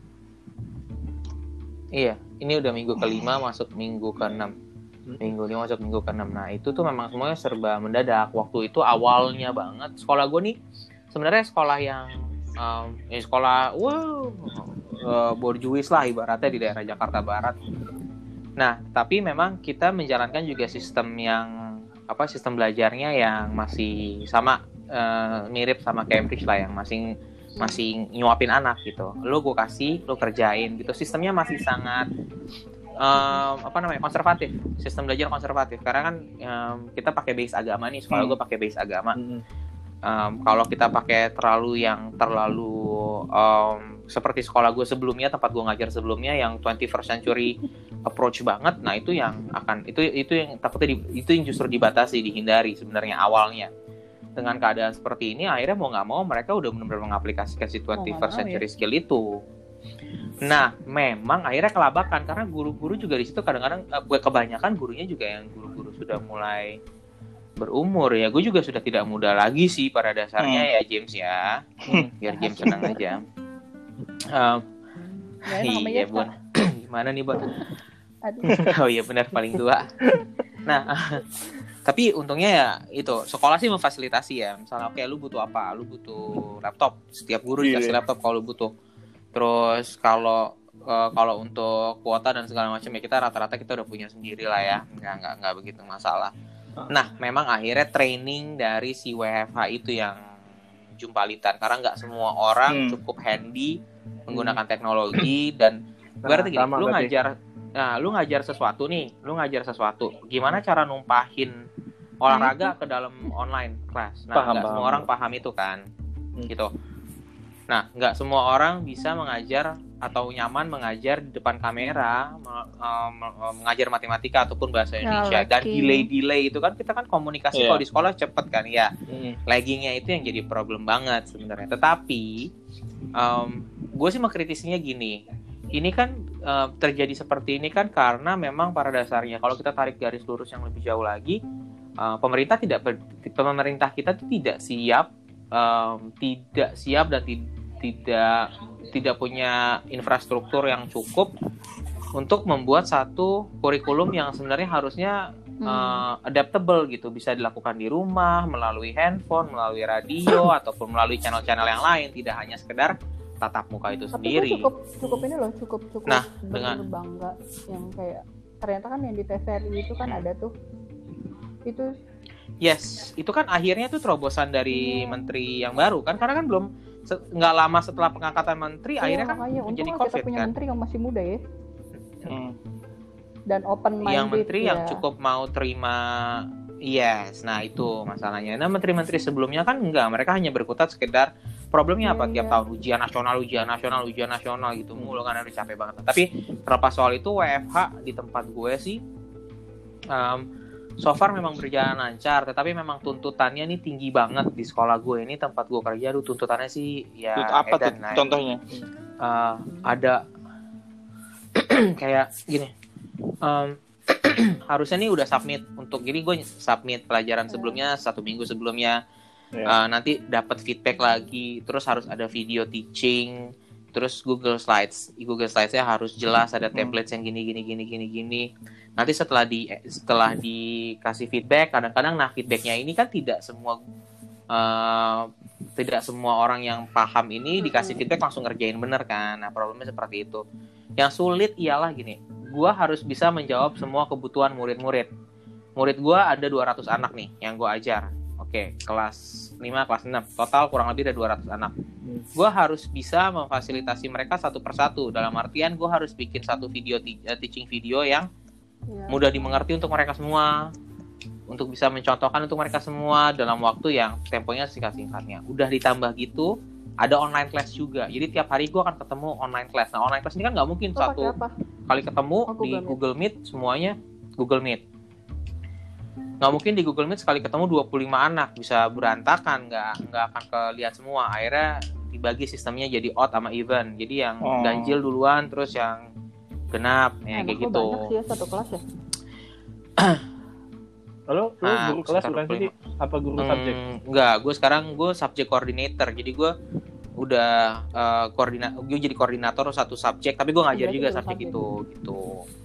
Iya, ini udah minggu kelima masuk minggu keenam. Minggu lima masuk minggu keenam. Nah, itu tuh memang semuanya serba mendadak. Waktu itu awalnya banget sekolah gue nih sebenarnya sekolah yang um, ini sekolah wow uh, borjuis lah ibaratnya di daerah Jakarta Barat. Nah, tapi memang kita menjalankan juga sistem yang apa sistem belajarnya yang masih sama uh, mirip sama Cambridge lah yang masih masih nyuapin anak gitu. Lu gue kasih, lu kerjain gitu. Sistemnya masih sangat um, apa namanya konservatif. Sistem belajar konservatif karena kan um, kita pakai base agama nih. Sekolah gue pakai base agama. Um, kalau kita pakai terlalu yang terlalu um, seperti sekolah gue sebelumnya, tempat gue ngajar sebelumnya yang twenty-first century approach banget, nah itu yang akan itu itu yang takutnya di, itu yang justru dibatasi, dihindari sebenarnya awalnya. Dengan keadaan seperti ini, akhirnya mau nggak mau mereka udah benar-benar mengaplikasikan si twenty-first century ya. Skill itu. Nah, memang akhirnya kelabakan karena guru-guru juga di situ kadang-kadang uh, kebanyakan gurunya juga yang guru-guru sudah mulai berumur ya. Gue juga sudah tidak muda lagi sih pada dasarnya hmm. ya James ya. Hmm, biar James senang aja. Um, ya, iya Bon. Gimana nih Bon? Oh iya benar paling tua. Nah, tapi untungnya ya itu sekolah sih memfasilitasi ya. Misalnya oke okay, lu butuh apa? Lu butuh laptop. Setiap guru dikasih laptop kalau lu butuh. Terus kalau uh, kalau untuk kuota dan segala macam ya kita rata-rata kita udah punya sendiri lah ya. Nggak nggak nggak begitu masalah. Nah, memang akhirnya training dari si W F H itu yang jumpalitan karena nggak semua orang hmm. cukup handy menggunakan teknologi dan berarti gini, lu ngajar, nah lu ngajar sesuatu nih, lu ngajar sesuatu, gimana cara numpahin olahraga ke dalam online class? Nah, nggak semua orang paham itu kan, hmm. gitu. Nah, nggak semua orang bisa mengajar atau nyaman mengajar di depan kamera, um, mengajar matematika ataupun bahasa Indonesia. Dan delay-delay itu kan kita kan komunikasi yeah. kalau di sekolah cepet kan ya. Mm. Laggingnya itu yang jadi problem banget sebenarnya. Tetapi um, gue sih mengkritisinya gini. Ini kan uh, terjadi seperti ini kan karena memang pada dasarnya kalau kita tarik garis lurus yang lebih jauh lagi, uh, pemerintah tidak pemerintah kita tuh tidak siap, um, tidak siap dan tidak tidak tidak punya infrastruktur yang cukup untuk membuat satu kurikulum yang sebenarnya harusnya hmm. uh, adaptable gitu, bisa dilakukan di rumah melalui handphone, melalui radio ataupun melalui channel-channel yang lain, tidak hanya sekedar tatap muka itu tapi sendiri. Tapi cukup cukup ini loh, cukup cukup nah, dengan bangga yang kayak ternyata kan yang di T V R I itu kan ada tuh itu. Yes, itu kan akhirnya tuh terobosan dari hmm. menteri yang baru kan, karena kan belum nggak lama setelah pengangkatan menteri, ya, akhirnya kan menjadi COVID kita punya kan. Menteri yang masih muda ya. Hmm. Dan open minded. Yang menteri ya. yang cukup mau terima, yes. Nah itu masalahnya. Nah menteri-menteri sebelumnya kan enggak, mereka hanya berkutat sekedar problemnya apa ya, tiap ya. tahun ujian nasional, ujian nasional, ujian nasional gitu mulu kan, udah capek banget. Tapi terlepas soal itu, W F H di tempat gue sih um, so far memang berjalan lancar, tetapi memang tuntutannya nih tinggi banget di sekolah gue ini, tempat gue kerja. Aduh, tuntutannya sih ya apa tuh nah, contohnya? Uh, ada kayak gini, um, harusnya nih udah submit untuk, jadi gue submit pelajaran sebelumnya satu minggu sebelumnya, yeah. uh, nanti dapat feedback lagi, terus harus ada video teaching, terus Google Slides, Google Slides-nya harus jelas, ada templates yang gini gini gini gini gini. Nanti setelah di setelah dikasih feedback, kadang-kadang nah feedbacknya ini kan tidak semua uh, tidak semua orang yang paham ini dikasih feedback langsung ngerjain bener kan. Nah problemnya seperti itu. Yang sulit ialah gini, gue harus bisa menjawab semua kebutuhan murid-murid. Murid gue ada dua ratus anak nih yang gue ajar. Oke, kelas lima, kelas enam, total kurang lebih ada dua ratus anak. Gue harus bisa memfasilitasi mereka satu persatu. Dalam artian gue harus bikin satu video teaching video yang ya. mudah dimengerti untuk mereka semua. untuk bisa mencontohkan untuk mereka semua dalam waktu yang temponya singkat-singkatnya. Udah ditambah gitu, ada online class juga. Jadi tiap hari gue akan ketemu online class. Nah online class ini kan nggak mungkin Lo satu pakai apa? kali ketemu Oh, di Google Meet. Google Meet semuanya Google Meet. Nggak mungkin di Google Meet sekali ketemu dua puluh lima anak, bisa berantakan, nggak nggak akan kelihat semua. Akhirnya dibagi sistemnya jadi odd sama even. Jadi yang Oh. ganjil duluan, terus yang genap, ya Anak kayak lo gitu. banyak sih ya satu kelas ya. Lalu lu Nah, guru kelas sekitar bukan dua puluh sih? Apa guru subjek? Hmm, enggak, gue sekarang gue subject coordinator. Jadi gue udah uh, koordina, gue jadi koordinator satu subjek, tapi gue ngajar Berarti juga guru subjek subjek. itu, gitu.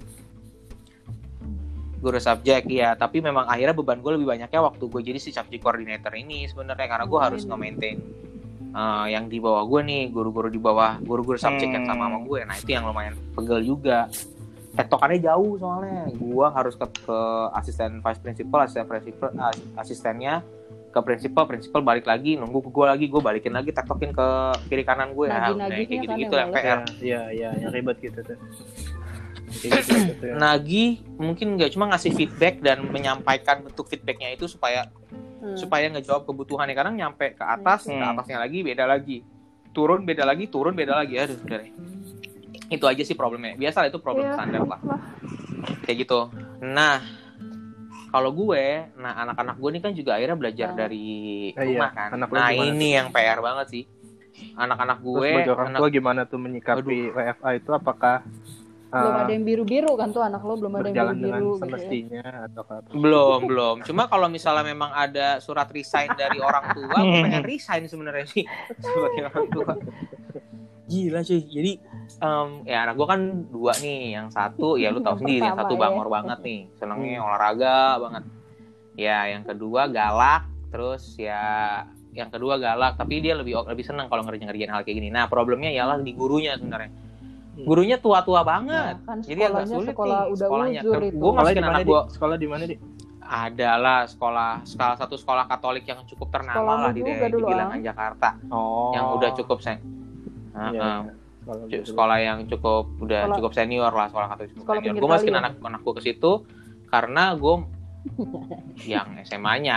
Guru subjek, ya. Tapi memang akhirnya beban gue lebih banyaknya waktu gue jadi si subject coordinator ini sebenarnya, karena gue Oh, harus ini. nge-maintain uh, yang di bawah gue nih, guru-guru di bawah, guru-guru subjek yang sama sama Hmm. gue. Nah itu yang lumayan pegel juga. Tektokannya jauh soalnya. Gua harus ke, ke asisten vice principal, asisten principal, as- asistennya ke principal, principal balik lagi, nunggu ke gue lagi, gue balikin lagi, tektokin ke kiri kanan gue. Ya, udah Nagih-nagihnya kayak kan gitu-gitu yang yang P R. Iya, iya, yang ribet gitu tuh. Kayak gitu, gitu ya. Nagih mungkin nggak cuma ngasih feedback dan menyampaikan bentuk feedbacknya itu supaya Hmm. supaya ngejawab kebutuhannya. Kadang nyampe ke atas, Hmm. ke atasnya lagi beda lagi, turun beda lagi, turun beda lagi. Aduh, udah deh. Itu aja sih problemnya. Biasa lah, itu problem Iya, standar lah. lah. Kayak gitu. Nah, kalau gue, nah anak-anak gue ini kan juga akhirnya belajar Nah. dari Ah, iya. rumah kan. Anak lo Nah gimana ini yang P R banget sih. Anak-anak Terus gue, sebagai orang anak, tua gimana tuh menyikapi W F A itu? Apakah Belum uh, ada yang biru-biru kan tuh anak lo belum ada yang berjalan dengan biru-biru gitu ya. semestinya atau apa? belum belum. Cuma kalau misalnya memang ada surat resign dari orang tua, gue pengen resign sebenarnya sih sebagai orang tua. Gila cuy. Jadi em, ya anak gue kan dua nih. Yang satu ya lu tahu Yang sendiri, yang pertama satu ya. bangor banget nih, senengnya olahraga banget. Ya yang kedua galak, terus ya yang kedua galak, tapi dia lebih lebih seneng kalau ngerjain-ngerjain hal kayak gini. Nah problemnya ialah di gurunya sebenarnya. Gurunya tua-tua banget. Nah, kan Jadi agak sekolahnya sulit sekolah nih udah sekolahnya. uzur Gue itu. Sekolah masukin di mana, anak Di? gue Sekolah di mana, Di? adalah sekolah salah satu sekolah Katolik yang cukup ternama Sekolahmu lah di juga daerah di dulu, bilangan Jakarta, Oh. yang udah cukup sen Iya, Heeh. iya. Sekolah Cu- gitu. sekolah yang cukup udah Sekolah- cukup senior lah, sekolah Katolik cukup Sekolah senior. pinggir Gue masukin kali ya? anak anak gue ke situ karena gue yang S M A-nya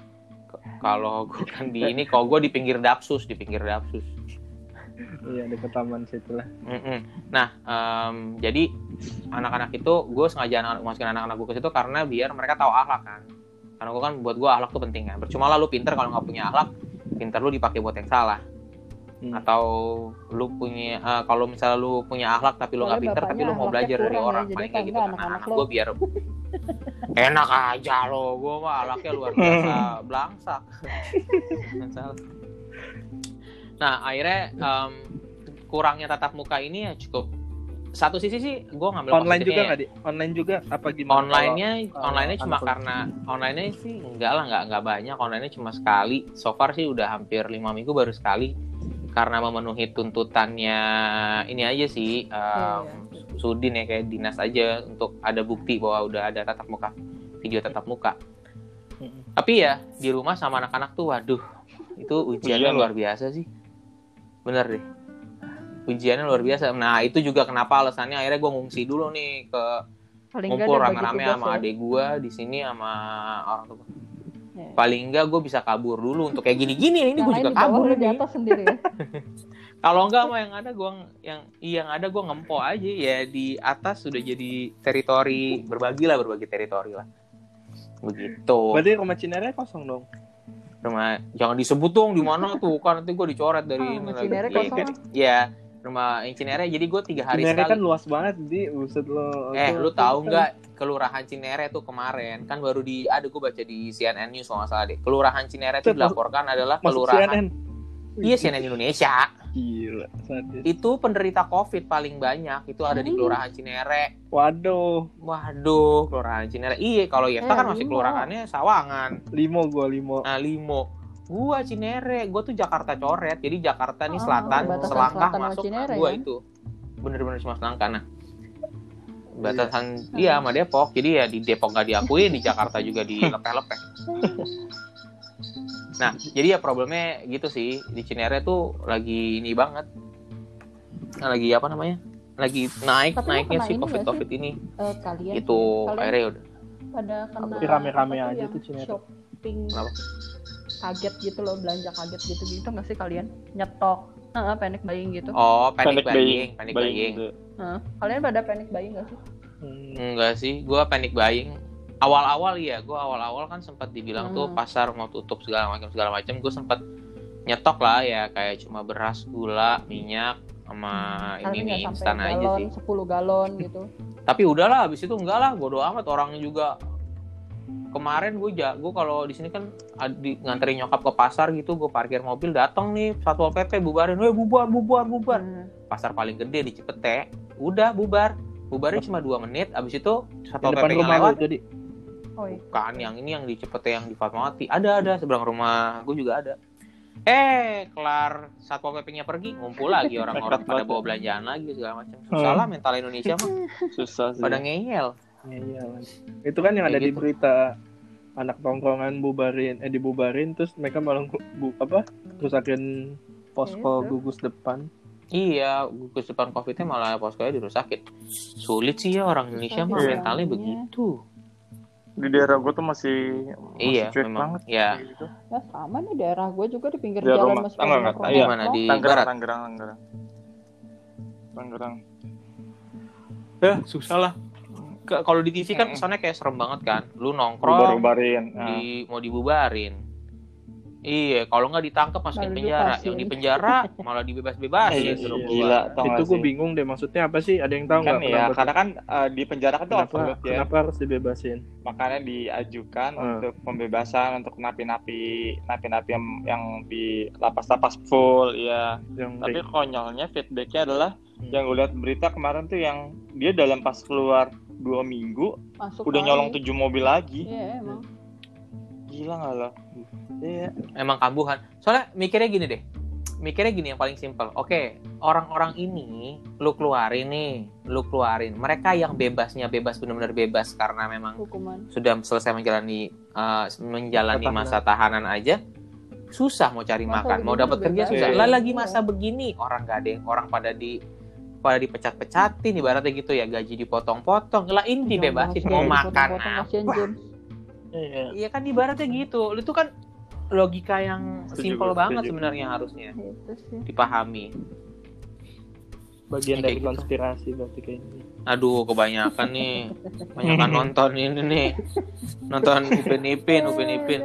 kalau gue kan di ini, kalau gue di pinggir Dapsus, di pinggir Dapsus. Iya, dekat taman situ lah. Mm-mm. Nah, em, jadi anak-anak itu gue sengaja anak- masukin anak-anak gue ke situ karena biar mereka tahu akhlak kan. Karena gue kan buat gue akhlak tuh penting kan. Percuma lah lu pinter kalau nggak punya akhlak, pinter lu dipakai buat yang salah. Hmm. Atau lu punya eh, kalau misalnya lu punya akhlak tapi lu nggak Soalnya pinter, tapi bapaknya lu mau akhlaknya belajar dari kurang ya, orang, jadi paling kayak kan gitu nggak kan. anak-anak Anak lo. gue biar enak aja lo, gue mah akhlaknya luar biasa belangsak. Salah. Nah akhirnya em, kurangnya tatap muka ini ya cukup. Satu sisi sih gue ngambil Online juga positifnya ya. nggak, Di? Online juga apa gimana? Online-nya, kalau online-nya cuma anak lu? karena online-nya sih enggak lah, enggak enggak banyak. Online-nya cuma sekali. So far sih udah hampir lima minggu baru sekali. Karena memenuhi tuntutannya ini aja sih, um, Sudin ya, kayak dinas aja untuk ada bukti bahwa udah ada tatap muka, video tatap muka. Mm-mm. Tapi ya di rumah sama anak-anak tuh, waduh, itu ujiannya Ujian luar biasa sih. Bener deh. Ujiannya luar biasa. Nah itu juga kenapa alasannya akhirnya gue ngungsi dulu nih ke Paling nggak ngumpul ada bagi rame-rame tugas sama ya. adik gue di sini sama orang tua. Ya. Paling enggak gue bisa kabur dulu untuk kayak gini-gini. Ini Yang gue lain juga di bawah, kabur lu di nih. atas sendiri ya. Kalau enggak mah yang ada gue yang yang ada gue ngempo aja ya, di atas sudah jadi teritori, berbagi lah, berbagi teritori lah. Begitu. Berarti rumah Cinere kosong dong. Rumah jangan disebut dong di mana tuh, kan nanti gue dicoret dari Ah, ini rumah lagi. Cinere Iya, kosong. kan- Iya, rumah yang Cinere. Jadi gue tiga hari Cinere sekali. kan luas banget, Di. Buset lo. Eh, Tuh, lu tuh, tahu kan. nggak kelurahan Cinere tuh kemarin kan baru di ada gue baca di C N N News kalau nggak salah deh. Kelurahan Cinere itu Masuk- dilaporkan adalah Masuk C kelurahan. N N. Iya, C N N Indonesia. Gila, sadis. Itu penderita COVID paling banyak itu ada di Hmm. kelurahan Cinere. Waduh, Waduh, kelurahan Cinere. Iya, kalau Yefta Eh, kan masih Limo. kelurahannya Sawangan. limo gua limo. Nah, Limo. Gua Cinere, gua tuh Jakarta coret. Jadi Jakarta nih Oh, selatan, perbatasan selangkah selatan sama masuk. Cinere, Nah, gua kan? itu. Bener-bener cuma selangkah. Nah, batasan iya sama Depok. Jadi ya di Depok nggak diakui, di Jakarta juga dilepeh-lepeh. Nah, jadi ya problemnya gitu sih. Di Cinere tuh lagi ini banget. Nah, lagi apa namanya? Lagi naik Tapi lu naiknya kena si ini covid nggak covid ini. Eh, kalian Itu kalian akhirnya udah. pada kena Tapi rame-rame apa tuh aja yang tuh Cina tuh. shopping Kenapa? kaget gitu loh, belanja kaget gitu-gitu nggak sih kalian? Nyetok, Heeh, panic buying gitu. Oh, panic, Panic buying, buying, panic buying buying. gitu. Heeh. Kalian pada panic buying nggak sih? Hmm. Enggak sih, gua panic buying. Awal-awal iya, gua awal-awal kan sempat dibilang tuh Hmm. pasar mau tutup segala macam segala macam. Gua sempat nyetok lah ya, kayak cuma beras, gula, minyak, sama Tapi ini nggak mie sampai instan aja galon, sih. sepuluh galon gitu. Tapi udahlah, habis itu enggak lah, bodo amat. Orang juga kemarin gue ja, gue kalau di sini kan di, nganterin nyokap ke pasar gitu, gue parkir mobil, datang nih Satpol P P bubarin, weh bubar bubar bubar. Hmm. Pasar paling gede di Cipete, udah bubar, bubarnya cuma dua menit, abis itu Di Satpol depan P P rumah lewat. lu jadi. Oh iya. Bukan, yang ini yang di Cipete yang di Fatmawati, ada ada seberang rumah gue juga ada. Eh, kelar Satpol P P-nya pergi, ngumpul lagi orang-orang pada bawa belanjaan lagi segala macam. Susah lah mental Indonesia mah, Susah sih. pada ngeyel. Iya, iya. Itu kan yang Kayak ada di gitu. berita anak tongkrongan bubarin, eh dibubarin terus mereka malah bu, apa? Rusakin posko Itu. gugus depan. Iya, gugus depan Covid-nya malah poskonya dirusakin. Sulit sih ya orang Indonesia mah Iya. mentalnya begitu. Di daerah gue tuh masih masih Iya, cuek memang. banget. Ya. kayak gitu. Ya sama nih daerah gue juga di pinggir Daerah jalan rumah- masih enggak, pada enggak, nongkrong. iya. Di mana di Tangerang, barat? Tangerang, Tangerang. Tangerang. Ya, susah lah. Ke- Kalau di T V kan kesannya kayak serem banget kan. Lu nongkrong Bubar-bubarin. Nah. di mau dibubarin. Iya, kalau nggak ditangkap masukin Lalu penjara. dilepasin. Yang di penjara malah dibebas-bebasin. Iya, suruh iya, keluar. gila. Tau Itu nggak gue sih? bingung deh, maksudnya apa sih? Ada yang tahu Kan nggak? ya, kenapa, karena kan eh, di penjara kan tuh kenapa, overload ya. kenapa harus dibebasin? Makanya diajukan Hmm. untuk pembebasan untuk napi-napi napi-napi yang, yang di lapas-lapas full ya. Yang Tapi konyolnya feedbacknya adalah Hmm. yang gue lihat berita kemarin tuh yang dia dalam pas keluar dua minggu Masuk udah lagi. nyolong tujuh mobil lagi. Iya emang. Gila nggak lo? Iya. Emang kambuhan. Soalnya mikirnya gini deh. Mikirnya gini yang paling simpel. Oke, orang-orang ini lu keluarin nih, lu keluarin. Mereka yang bebasnya bebas benar-benar bebas karena memang Hukuman. sudah selesai menjalani uh, menjalani Tahanan. masa tahanan aja, susah mau cari Masa makan, mau begini dapat kerja bebas. susah. Iya. Lah lagi Iya. masa begini orang gak ada yang orang pada di pada dipecat-pecatin ibaratnya gitu ya, gaji dipotong-potong. Lah ini dibebasin, mau makan apa? Kasian James. Iya. Iya kan ibaratnya gitu. Itu kan logika yang Setuju, simpel setuju. banget sebenarnya harusnya Itu sih. dipahami. Bagian Ya, dari kayak gitu. konspirasi berarti kayaknya. Aduh, kebanyakan nih. Kebanyakan nonton ini nih. Nonton Upin Ipin, Upin Ipin.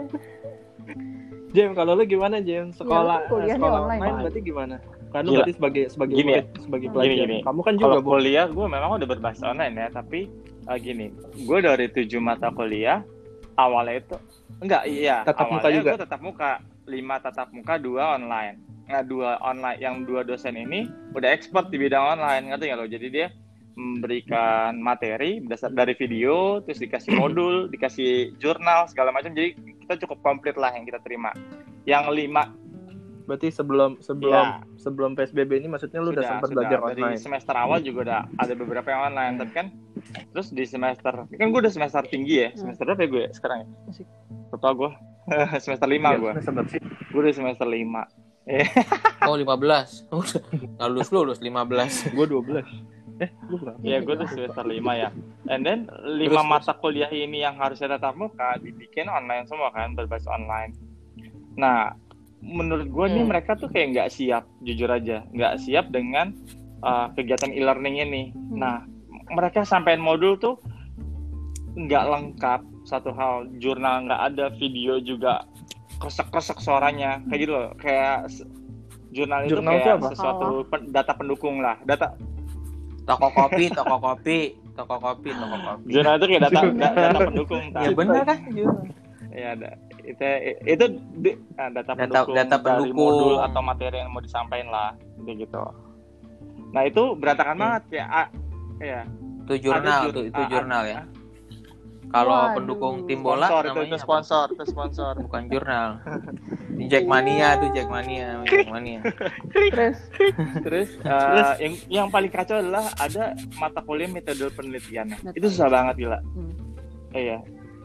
Jem, kalau lu gimana Jem? Sekolah Ya, lu kan kuliahnya sekolah online. online berarti gimana? Kan lu Gila. berarti sebagai sebagai Gini murid, sebagai Gini, pelajar. gini. Kamu kan juga Kalau Bu. kuliah gue memang udah berbasis online ya, tapi uh, gini, gue dari tujuh mata kuliah awalnya itu enggak iya Tatap muka awalnya juga? gue tatap muka, lima tatap muka, dua online. Nah dua online, yang dua dosen ini udah expert di bidang online, ngerti nggak lo? Jadi dia memberikan materi berdasar dari video, terus dikasih modul, dikasih jurnal segala macam. Jadi kita cukup komplit lah yang kita terima. Yang lima Berarti sebelum sebelum Iya. sebelum P S B B ini maksudnya lu udah, sempat belajar dari online. semester awal juga udah ada beberapa yang online, tapi kan terus di semester kan gue udah semester tinggi ya, semester berapa ya gue ya sekarang ya? Asik. Lupa gue. semester lima Iya, gue. semester berapa sih? Gue udah semester lima. Oh, lima belas. Nggak lulus lulus lima belas. Gua dua belas. Eh, lu berapa? Iya, gue tuh semester lima ya. And then lima Terus, mata kuliah ini yang harusnya tatap muka dibikin online semua kan, berbasis online. Nah, menurut gue nih Hmm. mereka tuh kayak nggak siap, jujur aja, nggak siap dengan uh, kegiatan e-learning ini. Nah, mereka sampein modul tuh nggak lengkap. Satu hal, jurnal nggak ada, video juga kresek-kresek suaranya, kayak gitu loh. Kayak s- jurnal itu Jurnal itu kayak apa? sesuatu pen- data pendukung lah, data Toko kopi, toko kopi, toko kopi, toko kopi. jurnal itu kayak data da- data pendukung. Ya Tar. bener kan? Ya, ada. Itu itu di- nah, data, Data- pendukung data dari pendukung. modul atau materi yang mau disampaikan lah, kayak gitu. Nah itu berantakan Hmm. banget ya. Ah, ya. Itu jurnal, Ada tuh, jur- itu ah, jurnal ah, ya. ah. Kalau Waduh. pendukung tim bola Sponsor itu, namanya itu apa? sponsor, itu sponsor. Bukan jurnal. Jackmania tuh Jackmania, Jackmania. Terus Terus, uh, yang yang paling kacau adalah ada mata kuliah metode penelitian. Itu susah banget gila. Hmm. Iya.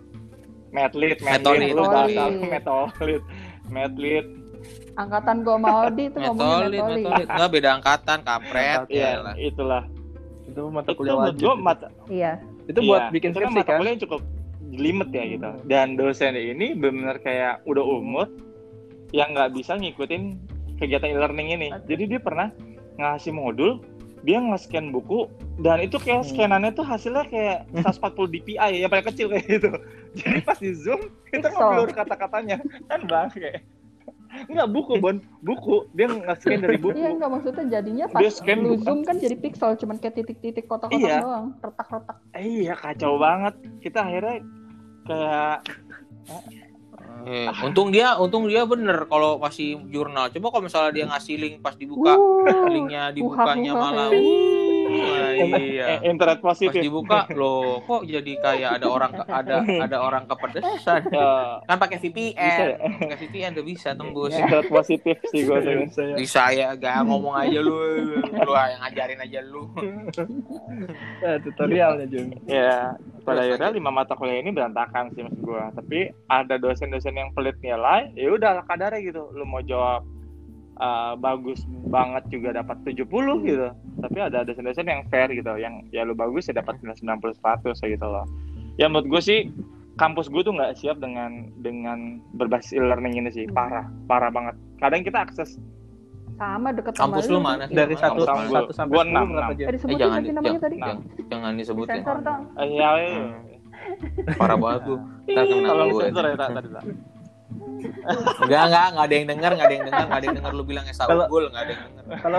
Medlit, Metolit, medlit, lu metolit. bahas metolit, medlit. angkatan gua sama Odi itu ngomongin Metolit, metoli. metolit. Enggak beda angkatan, kampret. Iya, Ya lah. itulah. Itu mata Itu kuliah menurut wajib. gua mata Iya. Itu buat iya, bikin itu kan skripsi mata kan? kuliah yang cukup jelimet ya gitu. Dan dosen ini benar-benar kayak udah umur yang nggak bisa ngikutin kegiatan e-learning ini. Jadi dia pernah ngasih modul, dia nge-scan buku dan itu kayak scanannya tuh hasilnya kayak seratus empat puluh D P I yang paling kecil kayak gitu. Jadi pas di zoom kita ngeblur kata-katanya kan bang kayak enggak buku bon buku dia nge-scan dari buku. Iya enggak maksudnya jadinya pas lu zoom kan jadi pixel cuman kayak titik-titik kotak-kotak iya. doang, retak-retak. Iya kacau banget. Kita akhirnya kayak Eh, untung dia, untung dia bener kalau masih jurnal. Coba kalau misalnya dia ngasih link pas dibuka, uh, linknya dibukanya malah, uh, iya. Internet positif. Pas dibuka, loh, kok jadi kayak ada orang, ada ada orang kepedesan. Ya. Kan pakai V P N, Bisa ya? pakai V P N udah bisa tembus. Internet positif sih gue saya. Bisa ya, gak ngomong aja lu, lu yang ngajarin aja lu. Ya, tutorialnya Jung. Ya, pada akhirnya lima mata kuliah ini berantakan sih maksud gue. Tapi ada dosen-dosen yang pelit nilai, ya udah kadarnya gitu. Lu mau jawab uh, bagus banget juga dapat tujuh puluh gitu. Tapi ada dosen-dosen yang fair gitu, yang ya lu bagus ya dapat sembilan puluh seratus gitu loh. Ya menurut gue sih kampus gue tuh nggak siap dengan dengan berbasis e-learning ini sih, parah, parah banget. Kadang kita akses sama deket sama kampus lu mana? Dari satu Kampus gua- satu sampai gua sepuluh enam, berapa enam. Jung? Eh, Eh, disebutin jangan, lagi namanya jangan, tadi. jangan, jangan disebutin. Sensor dong. Eh, ya, ya. Parah banget tuh. Ntar kena Tolong gue. sensor ya tadi tak. Enggak, enggak, enggak ada yang denger, enggak ada yang denger, enggak ada yang denger lu bilang Esa Kalau- Unggul, enggak ada yang denger. Kalau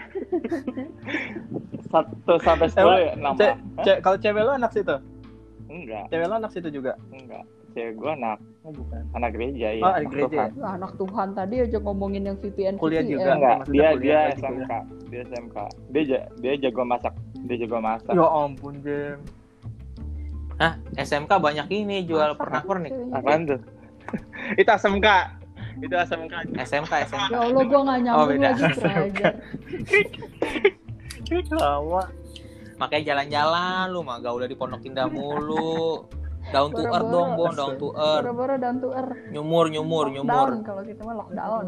Satu sampai sepuluh ya ce- nama. ce- kalau cewek lu anak situ, Enggak, cewek lu anak situ juga. enggak. Cewek gue anak Oh bukan. anak gereja ya. Oh, anak gereja ya? Wah, anak Tuhan tadi aja ngomongin yang V P N Kuliah V P N. juga. Enggak, maksudnya dia kuliah dia lagi S M K, kuliah. dia S M K. Dia ja- dia jago masak, dia jago masak. Ya ampun Jung. Hah, S M K banyak ini jual Masak pernak-pernik. apa sih? Apaan tuh? Itu S M K. Itu S M K. S M K, S M K. Ya Allah, gua nggak nyambung beda. lagi belajar. Lama. Makanya jalan-jalan lu mah gak udah di Pondok Indah mulu. Down to earth Boro-boro. dong, Bon, down to earth. Boro-boro down to earth. Nyumur, nyumur, nyumur. Lockdown kalau kita mah lockdown.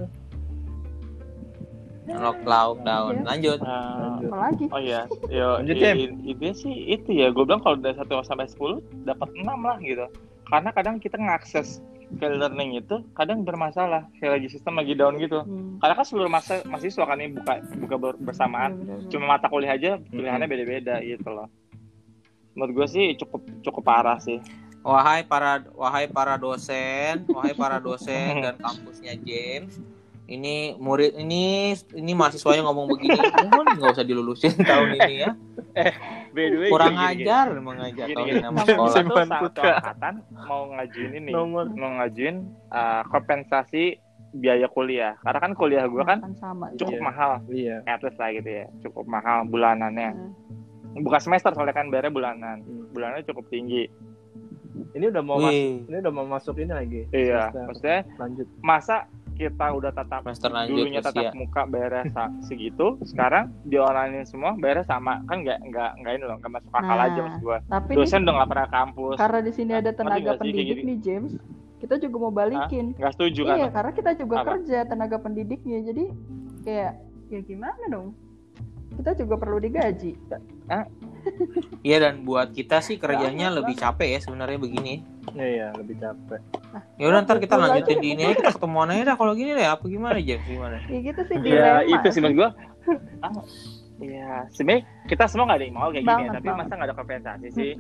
Lock lockdown. Iya. Lanjut. Nah, Apa lagi? oh iya, yo, Lanjut, i- Jem. i- ide sih itu ya. Gue bilang kalau dari satu sampai sepuluh dapat enam lah gitu. Karena kadang kita ngakses ke learning itu kadang bermasalah, kayak lagi sistem lagi down gitu. Hmm. Karena kan seluruh masa mahasiswa kan ini buka buka ber- bersamaan. Bener-bener. Cuma mata kuliah aja pilihannya beda-beda gitu loh. Menurut gue sih cukup cukup parah sih. Wahai para wahai para dosen, wahai para dosen dan kampusnya James. Ini murid ini ini mahasiswanya ngomong begini, mohon nggak usah dilulusin tahun ini ya. By the way, Kurang gini, gini, ajar mengajar Gini, tahun gini. ini sama Gini. sekolah. Satu Simpan satu putra. angkatan mau ngajuin ini, Nomor. mau ngajuin uh, kompensasi biaya kuliah. Karena kan kuliah gue kan Kan sama. cukup Iya. mahal, Iya. at least lah gitu ya, cukup mahal bulanannya. Hmm. Bukan semester soalnya kan bayarnya bulanan, Hmm. bulanannya cukup tinggi. Ini udah mau masuk. Wih, Ini udah mau masuk ini lagi. Iya, Semester. maksudnya Lanjut. masa kita udah tatap semester lanjut dulunya terus tatap ya. muka bayarnya sa- segitu, sekarang di online semua bayarnya sama, kan nggak nggak nggak ini loh, nggak masuk akal Nah, aja maksud gua. Tapi nih, Dosen udah nggak pernah ke kampus, karena di sini ada Ngerti tenaga nggak sih kayak pendidik gini? nih James, kita juga mau balikin. nggak setuju kan? Iya, karena kita juga Apa? kerja tenaga pendidiknya, jadi kayak ya gimana dong? Kita juga perlu digaji. Iya, dan buat kita sih kerjanya lebih capek ya sebenarnya begini. Iya, lebih capek. Ya udah ntar kita Betul lanjutin aja. di ini aja, kita ketemuan aja dah kalau gini deh. Apa gimana James, gimana? Ya gitu sih Ya dilema. itu sih maksud gua. Ah, ya sebenarnya kita semua nggak ada yang mau kayak gini, Banget, ya, tapi banget. masa nggak ada kompensasi sih?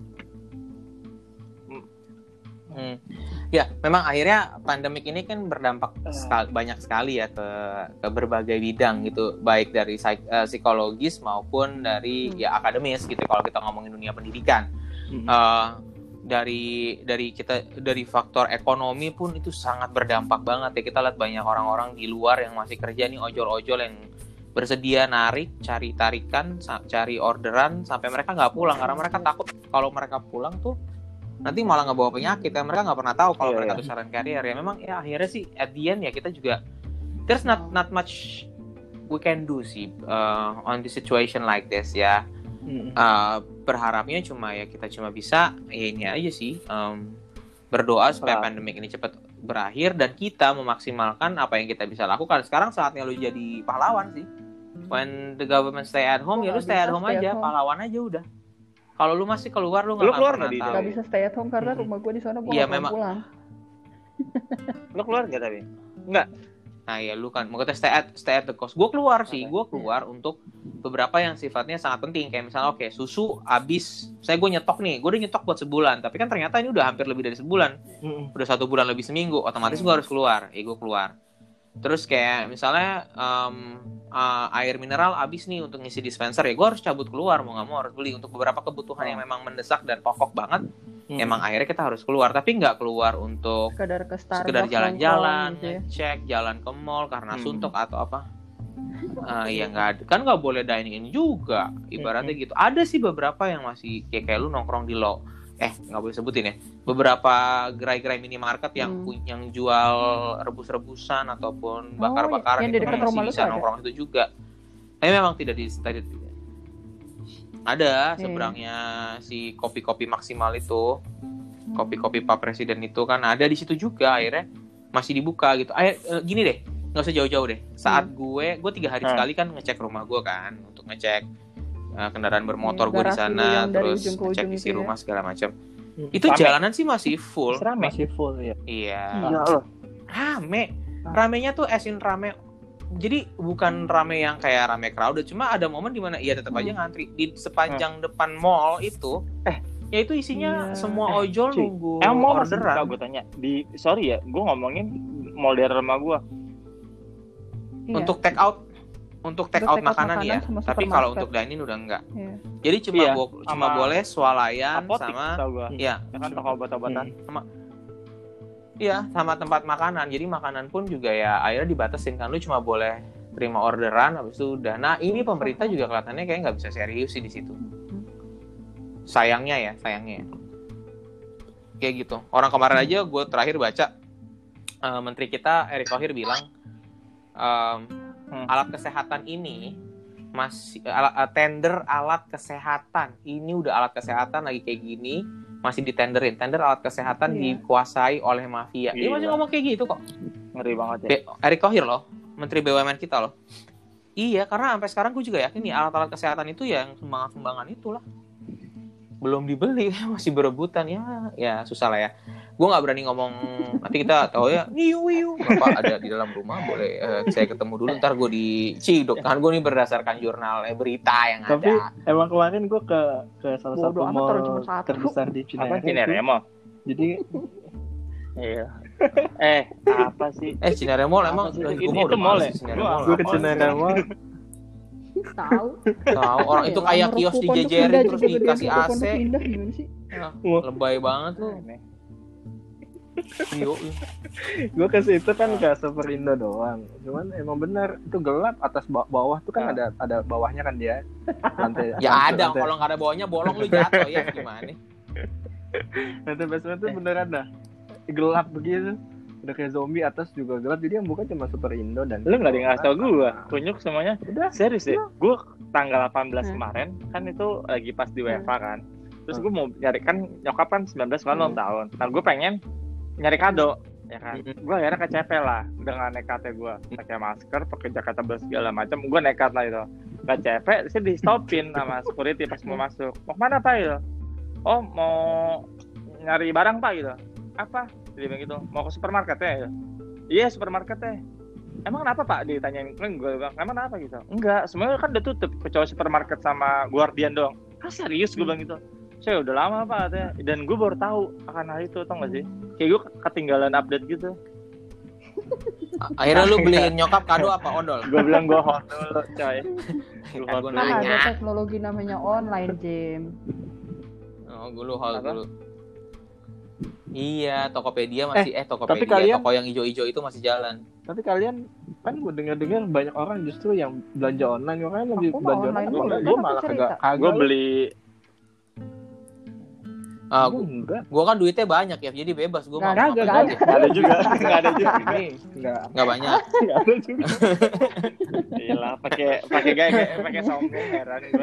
Mm-mm. Hmm. Ya, memang akhirnya pandemik ini kan berdampak sekal- banyak sekali ya ke ke berbagai bidang gitu, baik dari psik- eh, psikologis maupun dari Hmm. ya akademis gitu. Kalau kita ngomongin dunia pendidikan, Hmm. Eh, dari dari kita dari faktor ekonomi pun itu sangat berdampak banget ya. Kita lihat banyak orang-orang di luar yang masih kerja nih, ojol-ojol yang bersedia narik, cari tarikan, sa- cari orderan sampai mereka nggak pulang karena mereka takut kalau mereka pulang tuh nanti malah nggak bawa penyakit kan. Mereka nggak pernah tahu kalau Iya, mereka iya. tuh saran karier ya. Memang ya akhirnya sih at the end ya kita juga there's not not much we can do sih uh, on the situation like this ya. Hmm. Uh, berharapnya cuma ya kita cuma bisa ya ini aja sih, um, berdoa supaya Wow. pandemik ini cepat berakhir dan kita memaksimalkan apa yang kita bisa lakukan. Sekarang saatnya lu jadi pahlawan sih. When the government stay at home, ya lu Nggak stay at bisa home stay at aja, home. pahlawan aja udah. Kalau lu masih keluar lu nggak Lu keluar pernah nggak di tahu. Nggak bisa stay at home karena Hmm. rumah gue di sana gue Iya, nggak memang. pulang. Lu keluar nggak tapi? Enggak. Nah ya lu kan mau kata stay at stay at the cost. Gue keluar sih, Oke. gue keluar untuk beberapa yang sifatnya sangat penting kayak misalnya oke susu habis, saya gue nyetok nih, gue udah nyetok buat sebulan, tapi kan ternyata ini udah hampir lebih dari sebulan, Mm-mm. udah satu bulan lebih seminggu, otomatis gue harus keluar, ya gue keluar. Terus kayak misalnya um, uh, air mineral habis nih untuk ngisi dispenser ya gue harus cabut keluar mau nggak mau harus beli untuk beberapa kebutuhan yang memang mendesak dan pokok banget. Hmm. Emang akhirnya kita harus keluar, tapi nggak keluar untuk Sekedar ke Starbucks sekedar jalan-jalan, nongkrong gitu ya. ngecek, jalan ke mall karena Hmm. suntuk atau apa. Ah ya nggak ada, kan nggak boleh dine in juga, ibaratnya gitu. Ada sih beberapa yang masih kayak kayak lu nongkrong di lo, eh nggak boleh sebutin ya. Beberapa gerai-gerai minimarket yang Hmm. pu- yang jual rebus-rebusan ataupun Oh, bakar-bakaran yang di itu dekat masih rumah lu bisa tuh ada? nongkrong itu juga. Tapi memang tidak di tadi ada Iya. seberangnya si kopi-kopi maksimal itu. Hmm. Kopi-kopi Pak Presiden itu kan ada di situ juga, akhirnya masih dibuka gitu. Akhir eh, gini deh, nggak usah jauh-jauh deh. Saat gue, gue tiga hari Hmm. sekali kan ngecek rumah gue kan, untuk ngecek eh, kendaraan bermotor Hmm, gue di garasi lu sana, yang dari terus ujung ke ngecek ujung isi itu ya. rumah segala macam. Hmm. Itu Rame. jalanan sih masih full, Rame. Masih full ya. iya. Iya loh. Rame, ramenya tuh asin rame. Jadi bukan rame yang kayak rame crowded, cuma ada momen dimana iya tetap aja Hmm. ngantri di sepanjang depan mall itu. Eh. Ya itu isinya Iya. semua Eh, ojol cuy, nunggu Emang mau masih buka orderan. gue tanya. Di sorry ya, gue ngomongin mall daerah rumah gue. Iya. Untuk take out untuk take Untuk out take out makanan, makanan ya sama tapi kalau supermarket. untuk dine in udah enggak, Iya. jadi cuma Iya, bo- cuma sama boleh swalayan Apotik sama tau gue. ya Ya kan toko obat-obatan. iya sama tempat makanan. Jadi makanan pun juga ya akhirnya dibatasin kan, lu cuma boleh terima orderan habis itu udah. Nah ini pemerintah juga kelihatannya kayak nggak bisa serius sih di situ, sayangnya ya sayangnya ya. Kayak gitu. Orang kemarin aja gue terakhir baca eh, menteri kita Erick Thohir bilang em, Hmm. alat kesehatan ini masih ala- eh, tender alat kesehatan ini udah alat kesehatan lagi kayak gini masih ditenderin, tender alat kesehatan Iya. dikuasai oleh mafia. Dia masih Gila. ngomong kayak gitu kok. Ngeri banget ya. Be- Erick Thohir loh, menteri B U M N kita loh. Iya, karena sampai sekarang gue juga yakin nih alat-alat kesehatan itu ya yang sumbangan-sumbangan itulah belum dibeli, masih berebutan ya, ya susah lah ya. Gue nggak berani ngomong, nanti kita tahu ya, niu niu, bapak ada di dalam rumah, boleh eh, saya ketemu dulu, ntar gue diciduk. Kan gue nih berdasarkan jurnal eh, berita yang Tapi ada. emang kemarin gue ke ke salah Bodo satu amat, mall orang cuma satu. terbesar di Apa Cinere. Cinere itu. Mall? Jadi Iya. eh, apa sih? Eh Cinere Mall Apa emang sih? gue Ini- mau itu udah mall males ya? di Cinere Gua- Mall. gue ke Mall. Cinere Mall. Tahu. Tahu orang itu kayak Orang kios Pondok dijejerin Indah terus juga gede, dikasih A Pondok C. Indah gimana sih? Ah, Wah. lebay banget lu. Yo, Gue ke situ kan ke Superindo doang. Cuman emang bener itu gelap, atas ba- bawah tuh kan Ah. ada ada bawahnya kan dia. Lantai. ya lantai- ada, lantai- kalau nggak ada bawahnya bolong lu jatuh ya gimana? Lantai basement tuh beneran dah gelap begitu. Udah kayak zombie, atas juga gelap. Jadi yang buka cuma Superindo dan Lu nggak ada yang ngasih tau gue, kunyuk semuanya. Udah. Serius deh, gue tanggal delapan belas Hmm. kemarin kan itu lagi pas di W F H kan. Terus gue mau nyari kan nyokap kan sembilan belas kan ulang tahun. Nah gue pengen nyari kado, ya kan. Gue akhirnya ke C P lah dengan nekatnya gue, pakai masker, pakai jaket tebal segala macam. Gue nekat lah itu. Ke C P, sih di stopin sama security pas mau masuk. Mau kemana pak gitu? Oh mau nyari barang pak gitu. Apa? Dia bilang gitu. Mau ke supermarket ya? Gitu. Iya supermarket ya. Emang kenapa pak? Ditanyain kan gue bilang emang kenapa gitu? Enggak, semuanya kan udah tutup kecuali supermarket sama Guardian doang. Ah serius gue bilang gitu. Saya udah lama pak katanya. Dan gue baru tahu akan hal itu, tau gak sih? Kayak gue ketinggalan update gitu. Akhirnya lu beliin nyokap kado apa odol? Gue bilang gue hold dulu coy. Gue Kan hold gua dulu. Kan ada nanya. teknologi namanya online, Jim. Oh, gue lu hold Apa? dulu. Iya, Tokopedia masih eh, Tokopedia, tapi kalian- toko yang hijau-hijau itu masih jalan. Tapi kalian kan gue dengar-dengar banyak orang justru yang belanja online, makanya lebih Aku mah belanja online online. dulu, Gue kan malah aku kagak cerita. kagak. Gue beli Ah, Gue gua, enggak. gua kan duitnya banyak ya, jadi bebas gue mau Nggak ada, ngapain nggak aja. nggak ada juga, nggak ada juga. Enggak. Nggak banyak. Enggak ada juga. Gila, pakai pakai gaya kayak pakai sombong heran gue.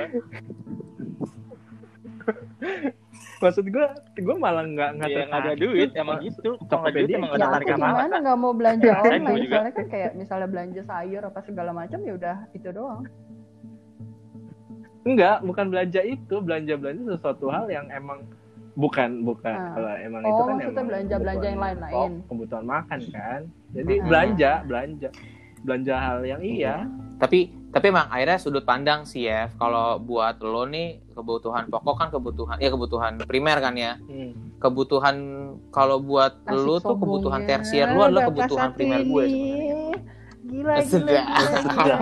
Maksud gue, gue malah enggak enggak Iya, nggak ada duit, emang gitu. Kalau nggak duit emang nggak Ya ada aku harga apa-apa. gimana nggak mau belanja online, gua juga. soalnya kan kayak misalnya belanja sayur apa segala macam ya udah itu doang. Enggak, bukan belanja itu, belanja-belanja sesuatu hal yang emang bukan bukan Nah. kalau emang Oh, itu kan maksudnya emang belanja-belanja yang kebutuhan lain-lain. pokok, kebutuhan makan kan. Jadi Hmm. belanja, belanja. Belanja hal yang iya. Tapi tapi emang akhirnya sudut pandang sih ya, kalau buat lo nih kebutuhan pokok kan kebutuhan ya kebutuhan primer kan ya. Hmm. Kebutuhan kalau buat Asik lo tuh kebutuhan sombongnya, tersier lo adalah Bapak kebutuhan satu primer gue ini. sebenarnya. Gila, gila, Sudah. gila, gila.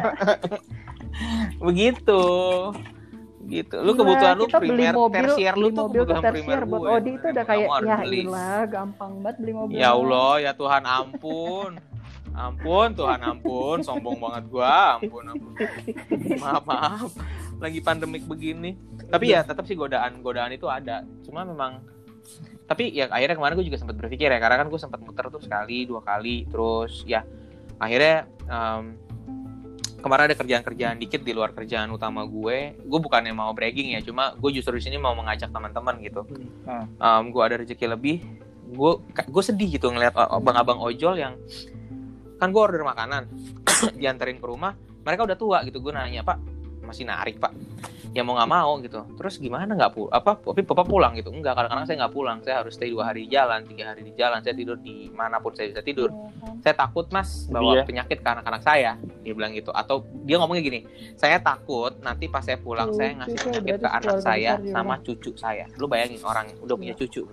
Begitu. Gitu. Lu Gila, kebutuhan lu kita beli primer, mobil, tersier lu beli tuh mobil tuh kebutuhan primer tersier buat gue. Odi itu udah Kamu kayak harus ya beli. ilah gampang banget beli mobil. Ya Allah, ya Tuhan ampun. Ampun, Tuhan ampun, sombong banget gua. Ampun, ampun. Maaf, maaf. Lagi pandemik begini. Tapi ya tetap sih godaan-godaan itu ada. Cuma memang tapi ya akhirnya kemarin gue juga sempat berpikir ya, karena kan gue sempat muter tuh sekali, dua kali, terus ya akhirnya um, kemarin ada kerjaan-kerjaan dikit di luar kerjaan utama gue. Gue bukannya mau bragging ya, cuma gue justru di sini mau mengajak teman-teman gitu. Um, gue ada rezeki lebih, gue gue sedih gitu ngeliat abang-abang ojol yang kan gue order makanan dianterin ke rumah, mereka udah tua gitu. Gue nanya, Pak masih narik Pak? Ya mau nggak mau gitu. Terus gimana nggak pulang? Apa? Tapi Bapak pulang gitu? Enggak, kadang-kadang saya nggak pulang. Saya harus stay dua hari di jalan, tiga hari di jalan. Saya tidur di manapun saya bisa tidur. Saya takut Mas bawa Iya. penyakit ke anak-anak saya. Dia bilang gitu. Atau dia ngomongnya gini, saya takut nanti pas saya pulang Lucu, saya ngasih saya penyakit berarti ke anak keluarga saya besar di sama rumah. cucu saya. Lu bayangin orang udah punya cucu.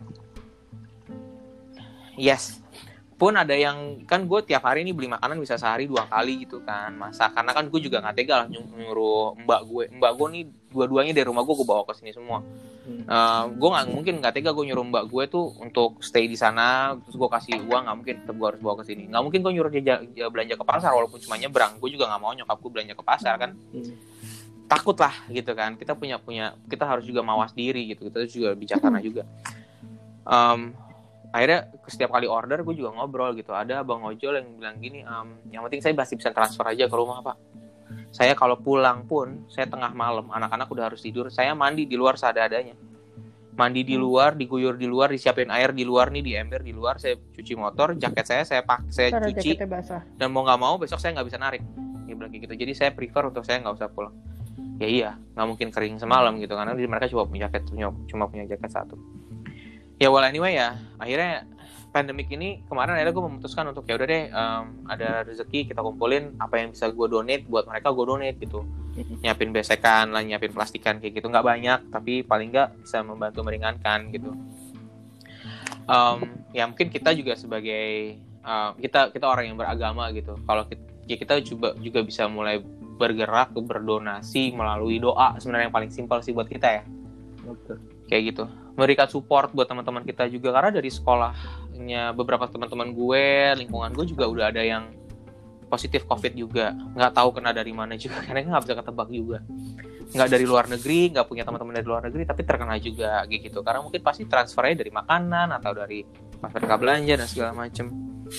Yes. Pun ada yang kan gue tiap hari ini beli makanan bisa sehari dua kali gitu kan, masak, karena kan gue juga nggak tega lah nyuruh mbak gue mbak gue nih dua-duanya dari rumah gue gue bawa ke sini semua. Hmm. Uh, gue nggak mungkin nggak tega gue nyuruh mbak gue tuh untuk stay di sana terus gue kasih uang, nggak mungkin, tetap gue harus bawa ke sini. Nggak mungkin gue nyuruh dia j- belanja ke pasar walaupun cuma nyebrang. Gue juga nggak mau nyokap gue belanja ke pasar kan. Hmm. Takut lah gitu kan, kita punya punya kita harus juga mawas diri gitu, kita juga bijaksana juga. Um, akhirnya setiap kali order gue juga ngobrol gitu. Ada abang ojol yang bilang gini, um, yang penting saya masih bisa transfer aja ke rumah Pak. Saya kalau pulang pun saya tengah malam, anak-anak udah harus tidur, saya mandi di luar seadanya. Mandi di luar, diguyur di luar, disiapin air di luar nih, di ember di luar, saya cuci motor, jaket saya saya pak saya Ntar cuci, jaketnya basah. dan mau nggak mau besok saya nggak bisa narik. Dia bilang kayak gitu. Jadi saya prefer untuk saya nggak usah pulang. Ya iya, nggak mungkin kering semalam gitu, karena mereka cuma punya jaket cuma punya jaket satu. Ya well anyway ya, akhirnya pandemik ini kemarin akhirnya gue memutuskan untuk ya udah deh, um, ada rezeki kita kumpulin, apa yang bisa gue donate buat mereka gue donate gitu. Nyiapin besekan lah, nyiapin plastikan kayak gitu, nggak banyak tapi paling nggak bisa membantu meringankan gitu. Um, ya mungkin kita juga sebagai uh, kita kita orang yang beragama gitu, kalau kita, ya kita juga juga bisa mulai bergerak berdonasi melalui doa, sebenarnya yang paling simpel sih buat kita ya. Betul. Kayak gitu, memberikan support buat teman-teman kita juga, karena dari sekolahnya beberapa teman-teman gue, lingkungan gue juga udah ada yang positif COVID juga, nggak tahu kena dari mana juga, karena nggak bisa ketebak juga, nggak dari luar negeri, nggak punya teman-teman dari luar negeri, tapi terkena juga gitu, karena mungkin pasti transfernya dari makanan atau dari pas mereka belanja dan segala macem,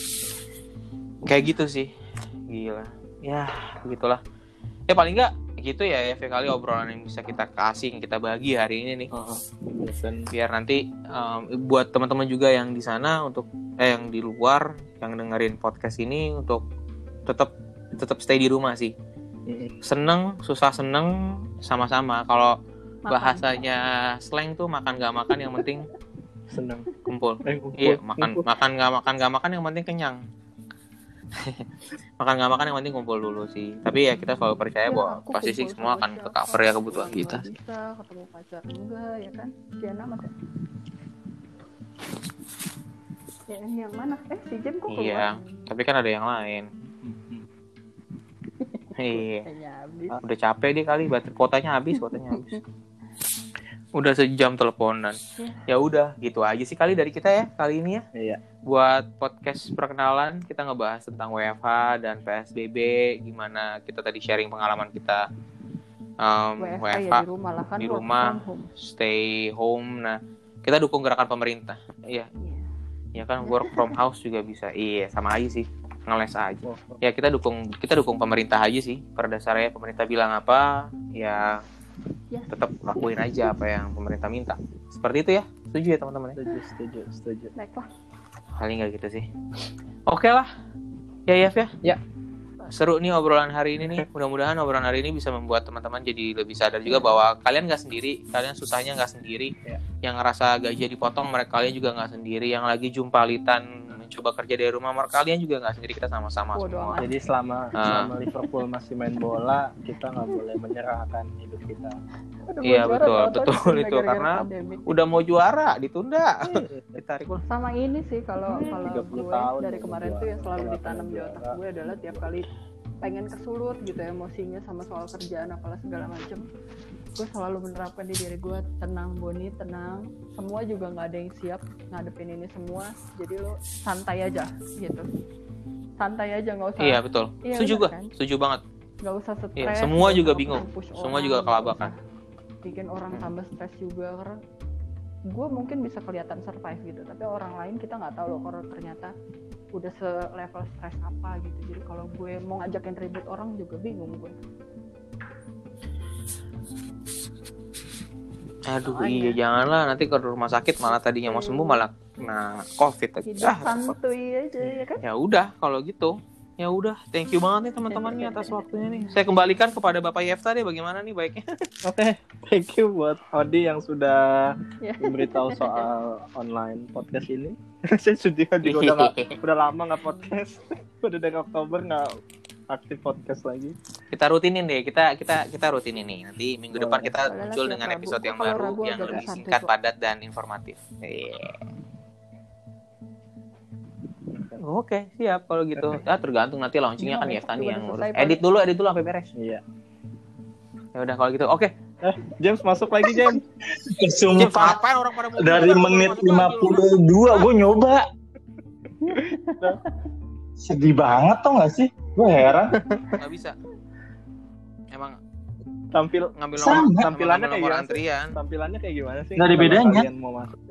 kayak gitu sih, gila, ya begitulah, ya paling nggak gitu ya, ya kali obrolan yang bisa kita kasih, yang kita bagi hari ini nih. Oh, dan Biar nanti um, buat teman-teman juga yang di sana untuk eh yang di luar yang dengerin podcast ini untuk tetap tetap stay di rumah sih. Seneng, susah seneng sama-sama. Kalau Makan. bahasanya slang tuh makan gak makan yang penting senang. kumpul. Eh, kumpul. Iya, makan Kumpul. makan gak makan gak makan yang penting kenyang. Makan gak makan yang penting kumpul dulu sih. Tapi ya kita selalu percaya Ya, bahwa aku pasti sih kumpul semua sama akan siapa, ke cover ya kebutuhan ketemu kita. bisa, ketemu pacar enggak ya kan? Diana mas ya? Ya yang mana? Eh si Jem kok keluar? Iya, tapi kan ada yang lain. Iya. Kayaknya habis. Udah capek dia kali, baterai kuotanya habis, kuotanya habis. Udah sejam teleponan. Ya udah, gitu aja sih kali dari kita ya kali ini ya. Iya. Buat podcast perkenalan kita ngebahas tentang W F H dan P S B B, gimana kita tadi sharing pengalaman kita um, W F H W F H ya di rumah lah kan. di work rumah, from home. stay home. Nah, kita dukung gerakan pemerintah. Iya, Iya. ya kan work from house juga bisa. Iya, sama aja sih. Ngeles aja. Oh, Ya kita dukung kita dukung pemerintah aja sih. Pada dasarnya pemerintah bilang apa, ya Ya. tetap lakuin aja apa yang pemerintah minta. Seperti itu ya. Setuju ya teman-teman? setuju, setuju, setuju. Baiklah. Paling nggak gitu sih. Oke lah. Ya Yaf ya. Ya. seru nih obrolan hari ini nih. Mudah-mudahan obrolan hari ini bisa membuat teman-teman jadi lebih sadar juga bahwa kalian nggak sendiri, kalian susahnya nggak sendiri. Ya. Yang ngerasa gaji dipotong, mereka kalian juga nggak sendiri. Yang lagi jumpalitan mencoba kerja dari rumah, mereka kalian juga nggak sendiri. Kita sama-sama Bodoh semua. amat. Jadi selama Ah. selama Liverpool masih main bola, kita nggak boleh menyerahkan hidup kita. Udah Iya, mau juara betul, tau-tau betul ditunda itu. gara-gara Karena pandemi. Udah mau juara, ditunda. Ditarik ulang. Sama ini sih kalau kalau tiga puluh gue tahun dari udah kemarin tuh yang juara. selalu Kalau ditanam di juara. otak gue adalah tiap kali pengen kesulut gitu emosinya sama soal kerjaan apalah segala macem, gue selalu menerapkan di diri gue, tenang Boni, tenang, semua juga nggak ada yang siap ngadepin ini semua, jadi lo santai aja gitu, santai aja, nggak usah. Iya, betul. Iya, Setuju bener gua. kan? Setuju banget. Nggak usah stres. Iya, semua nggak juga usah bingung. push Semua orang, juga nggak kelabakan. usah bikin orang tambah stres juga, karena gue mungkin bisa kelihatan survive gitu, tapi orang lain kita nggak tahu loh kalau ternyata udah se-level stres apa gitu. Jadi kalau gue mau ngajakin ribut orang juga bingung gue. Aduh, Makanya. iya janganlah nanti ke rumah sakit malah tadinya mau sembuh malah kena covid lagi. Hidup Ah, santuy aja ya kan. ya udah kalau gitu. Ya udah, thank you banget nih teman-teman nih atas waktunya nih. Saya kembalikan kepada Bapak Yefta deh, bagaimana nih baiknya? Oke, thank you buat Odi yang sudah Ya. memberitahu soal online podcast ini. Saya sudah juga udah, nggak- udah lama nggak podcast, udah dari Oktober nggak aktif podcast lagi. Kita rutinin deh, kita kita kita rutinin nih. Nanti minggu Boleh. depan kita Boleh lah, muncul tiap dengan Rabu. episode yang Kalau baru Rabu yang agak lebih santai singkat, kok. padat dan informatif. Iya. Oke, siap kalau gitu. Ah, tergantung nanti launchingnya kan Besok Yefta nih juga yang udah ngurus. selesai, Edit dulu, edit dulu sampai beres. Iya. Ya udah kalau gitu. Oke. Eh, James masuk lagi James. James, Sumpah ngapain orang pada mau dari bilang, menit masuk lima lagi lu? puluh dua gue nyoba. Sedih banget tau gak sih? Gue heran. Nggak bisa. Emang Tampil ngambil Sama. nomor, Tampilannya ngambil kayak nomor gimana sih? antrian. tampilannya kayak gimana sih? Nggak ada kalau bedanya. Kalian mau masuk.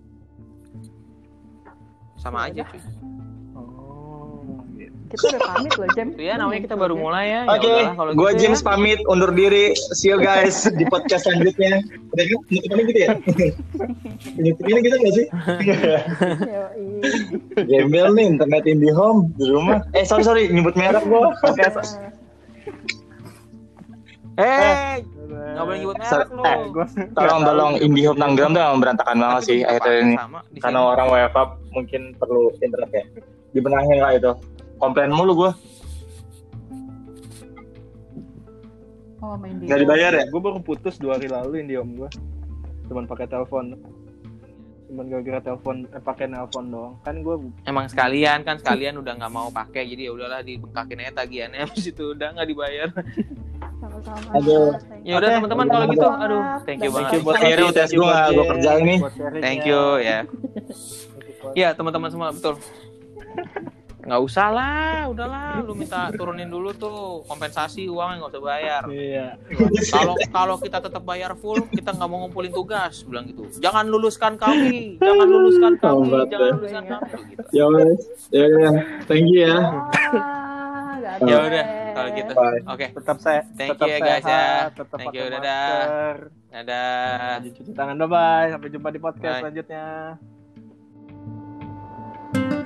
Sama aja cuy. Oh, gitu. Kita udah pamit loh Jam. Itu ya namanya kita baru mulai ya. Ya Oke, udahlah kalau gue gitu James ya. pamit undur diri. See you guys di podcast selanjutnya. Udah kan? Penutupannya gitu ya? Penutupannya gitu gak sih? Yoi. Gembel nih internet IndiHome di rumah. Eh sorry sorry nyebut merek gue. Oke. Eh, nggak boleh nyebut merek lu. Eh, Gua Tolong tolong IndiHome Tanggerang tuh emang berantakan banget Tapi sih juga akhir-akhir ini. sama di Karena sini. orang W F H mungkin perlu internet ya. Dibenahin lah itu. Komplain mulu gue. Oh main di. Nggak dibayar ya? Gue baru putus dua hari lalu Indiom gue. Cuman pakai telepon. Cuman gara-gara telepon, eh, pakai nelpon doang. Kan gue Emang sekalian kan sekalian udah nggak mau pakai jadi ya udahlah dibengkakin aja tagihannya habis itu udah nggak dibayar. Sama-sama. Aduh. Thank Ya udah Oke. teman-teman kalau gitu aduh thank you Thank banget. you buat Akhirnya U T S gue nggak gue kerjain nih. Thank you ya. Ya teman-teman semua betul. Nggak usah lah, udahlah lu minta turunin dulu tuh kompensasi uangnya nggak usah bayar. Iya. Kalau kalau kita tetap bayar full, kita nggak mau ngumpulin tugas, bilang gitu. Jangan luluskan kami, jangan luluskan kami, Tobat jangan deh. luluskan kami gitu. Ya wes. Ya ya. Thank you ya. Ah, nggak Ya boleh. udah kalau gitu. Bye. Oke, Tetap saya Thank tetap you ya, guys, ya. sehat, tetap Thank pakai you, dadah. masker. dadah. Rajin cuci tangan, bye bye. Sampai jumpa di podcast Bye. selanjutnya.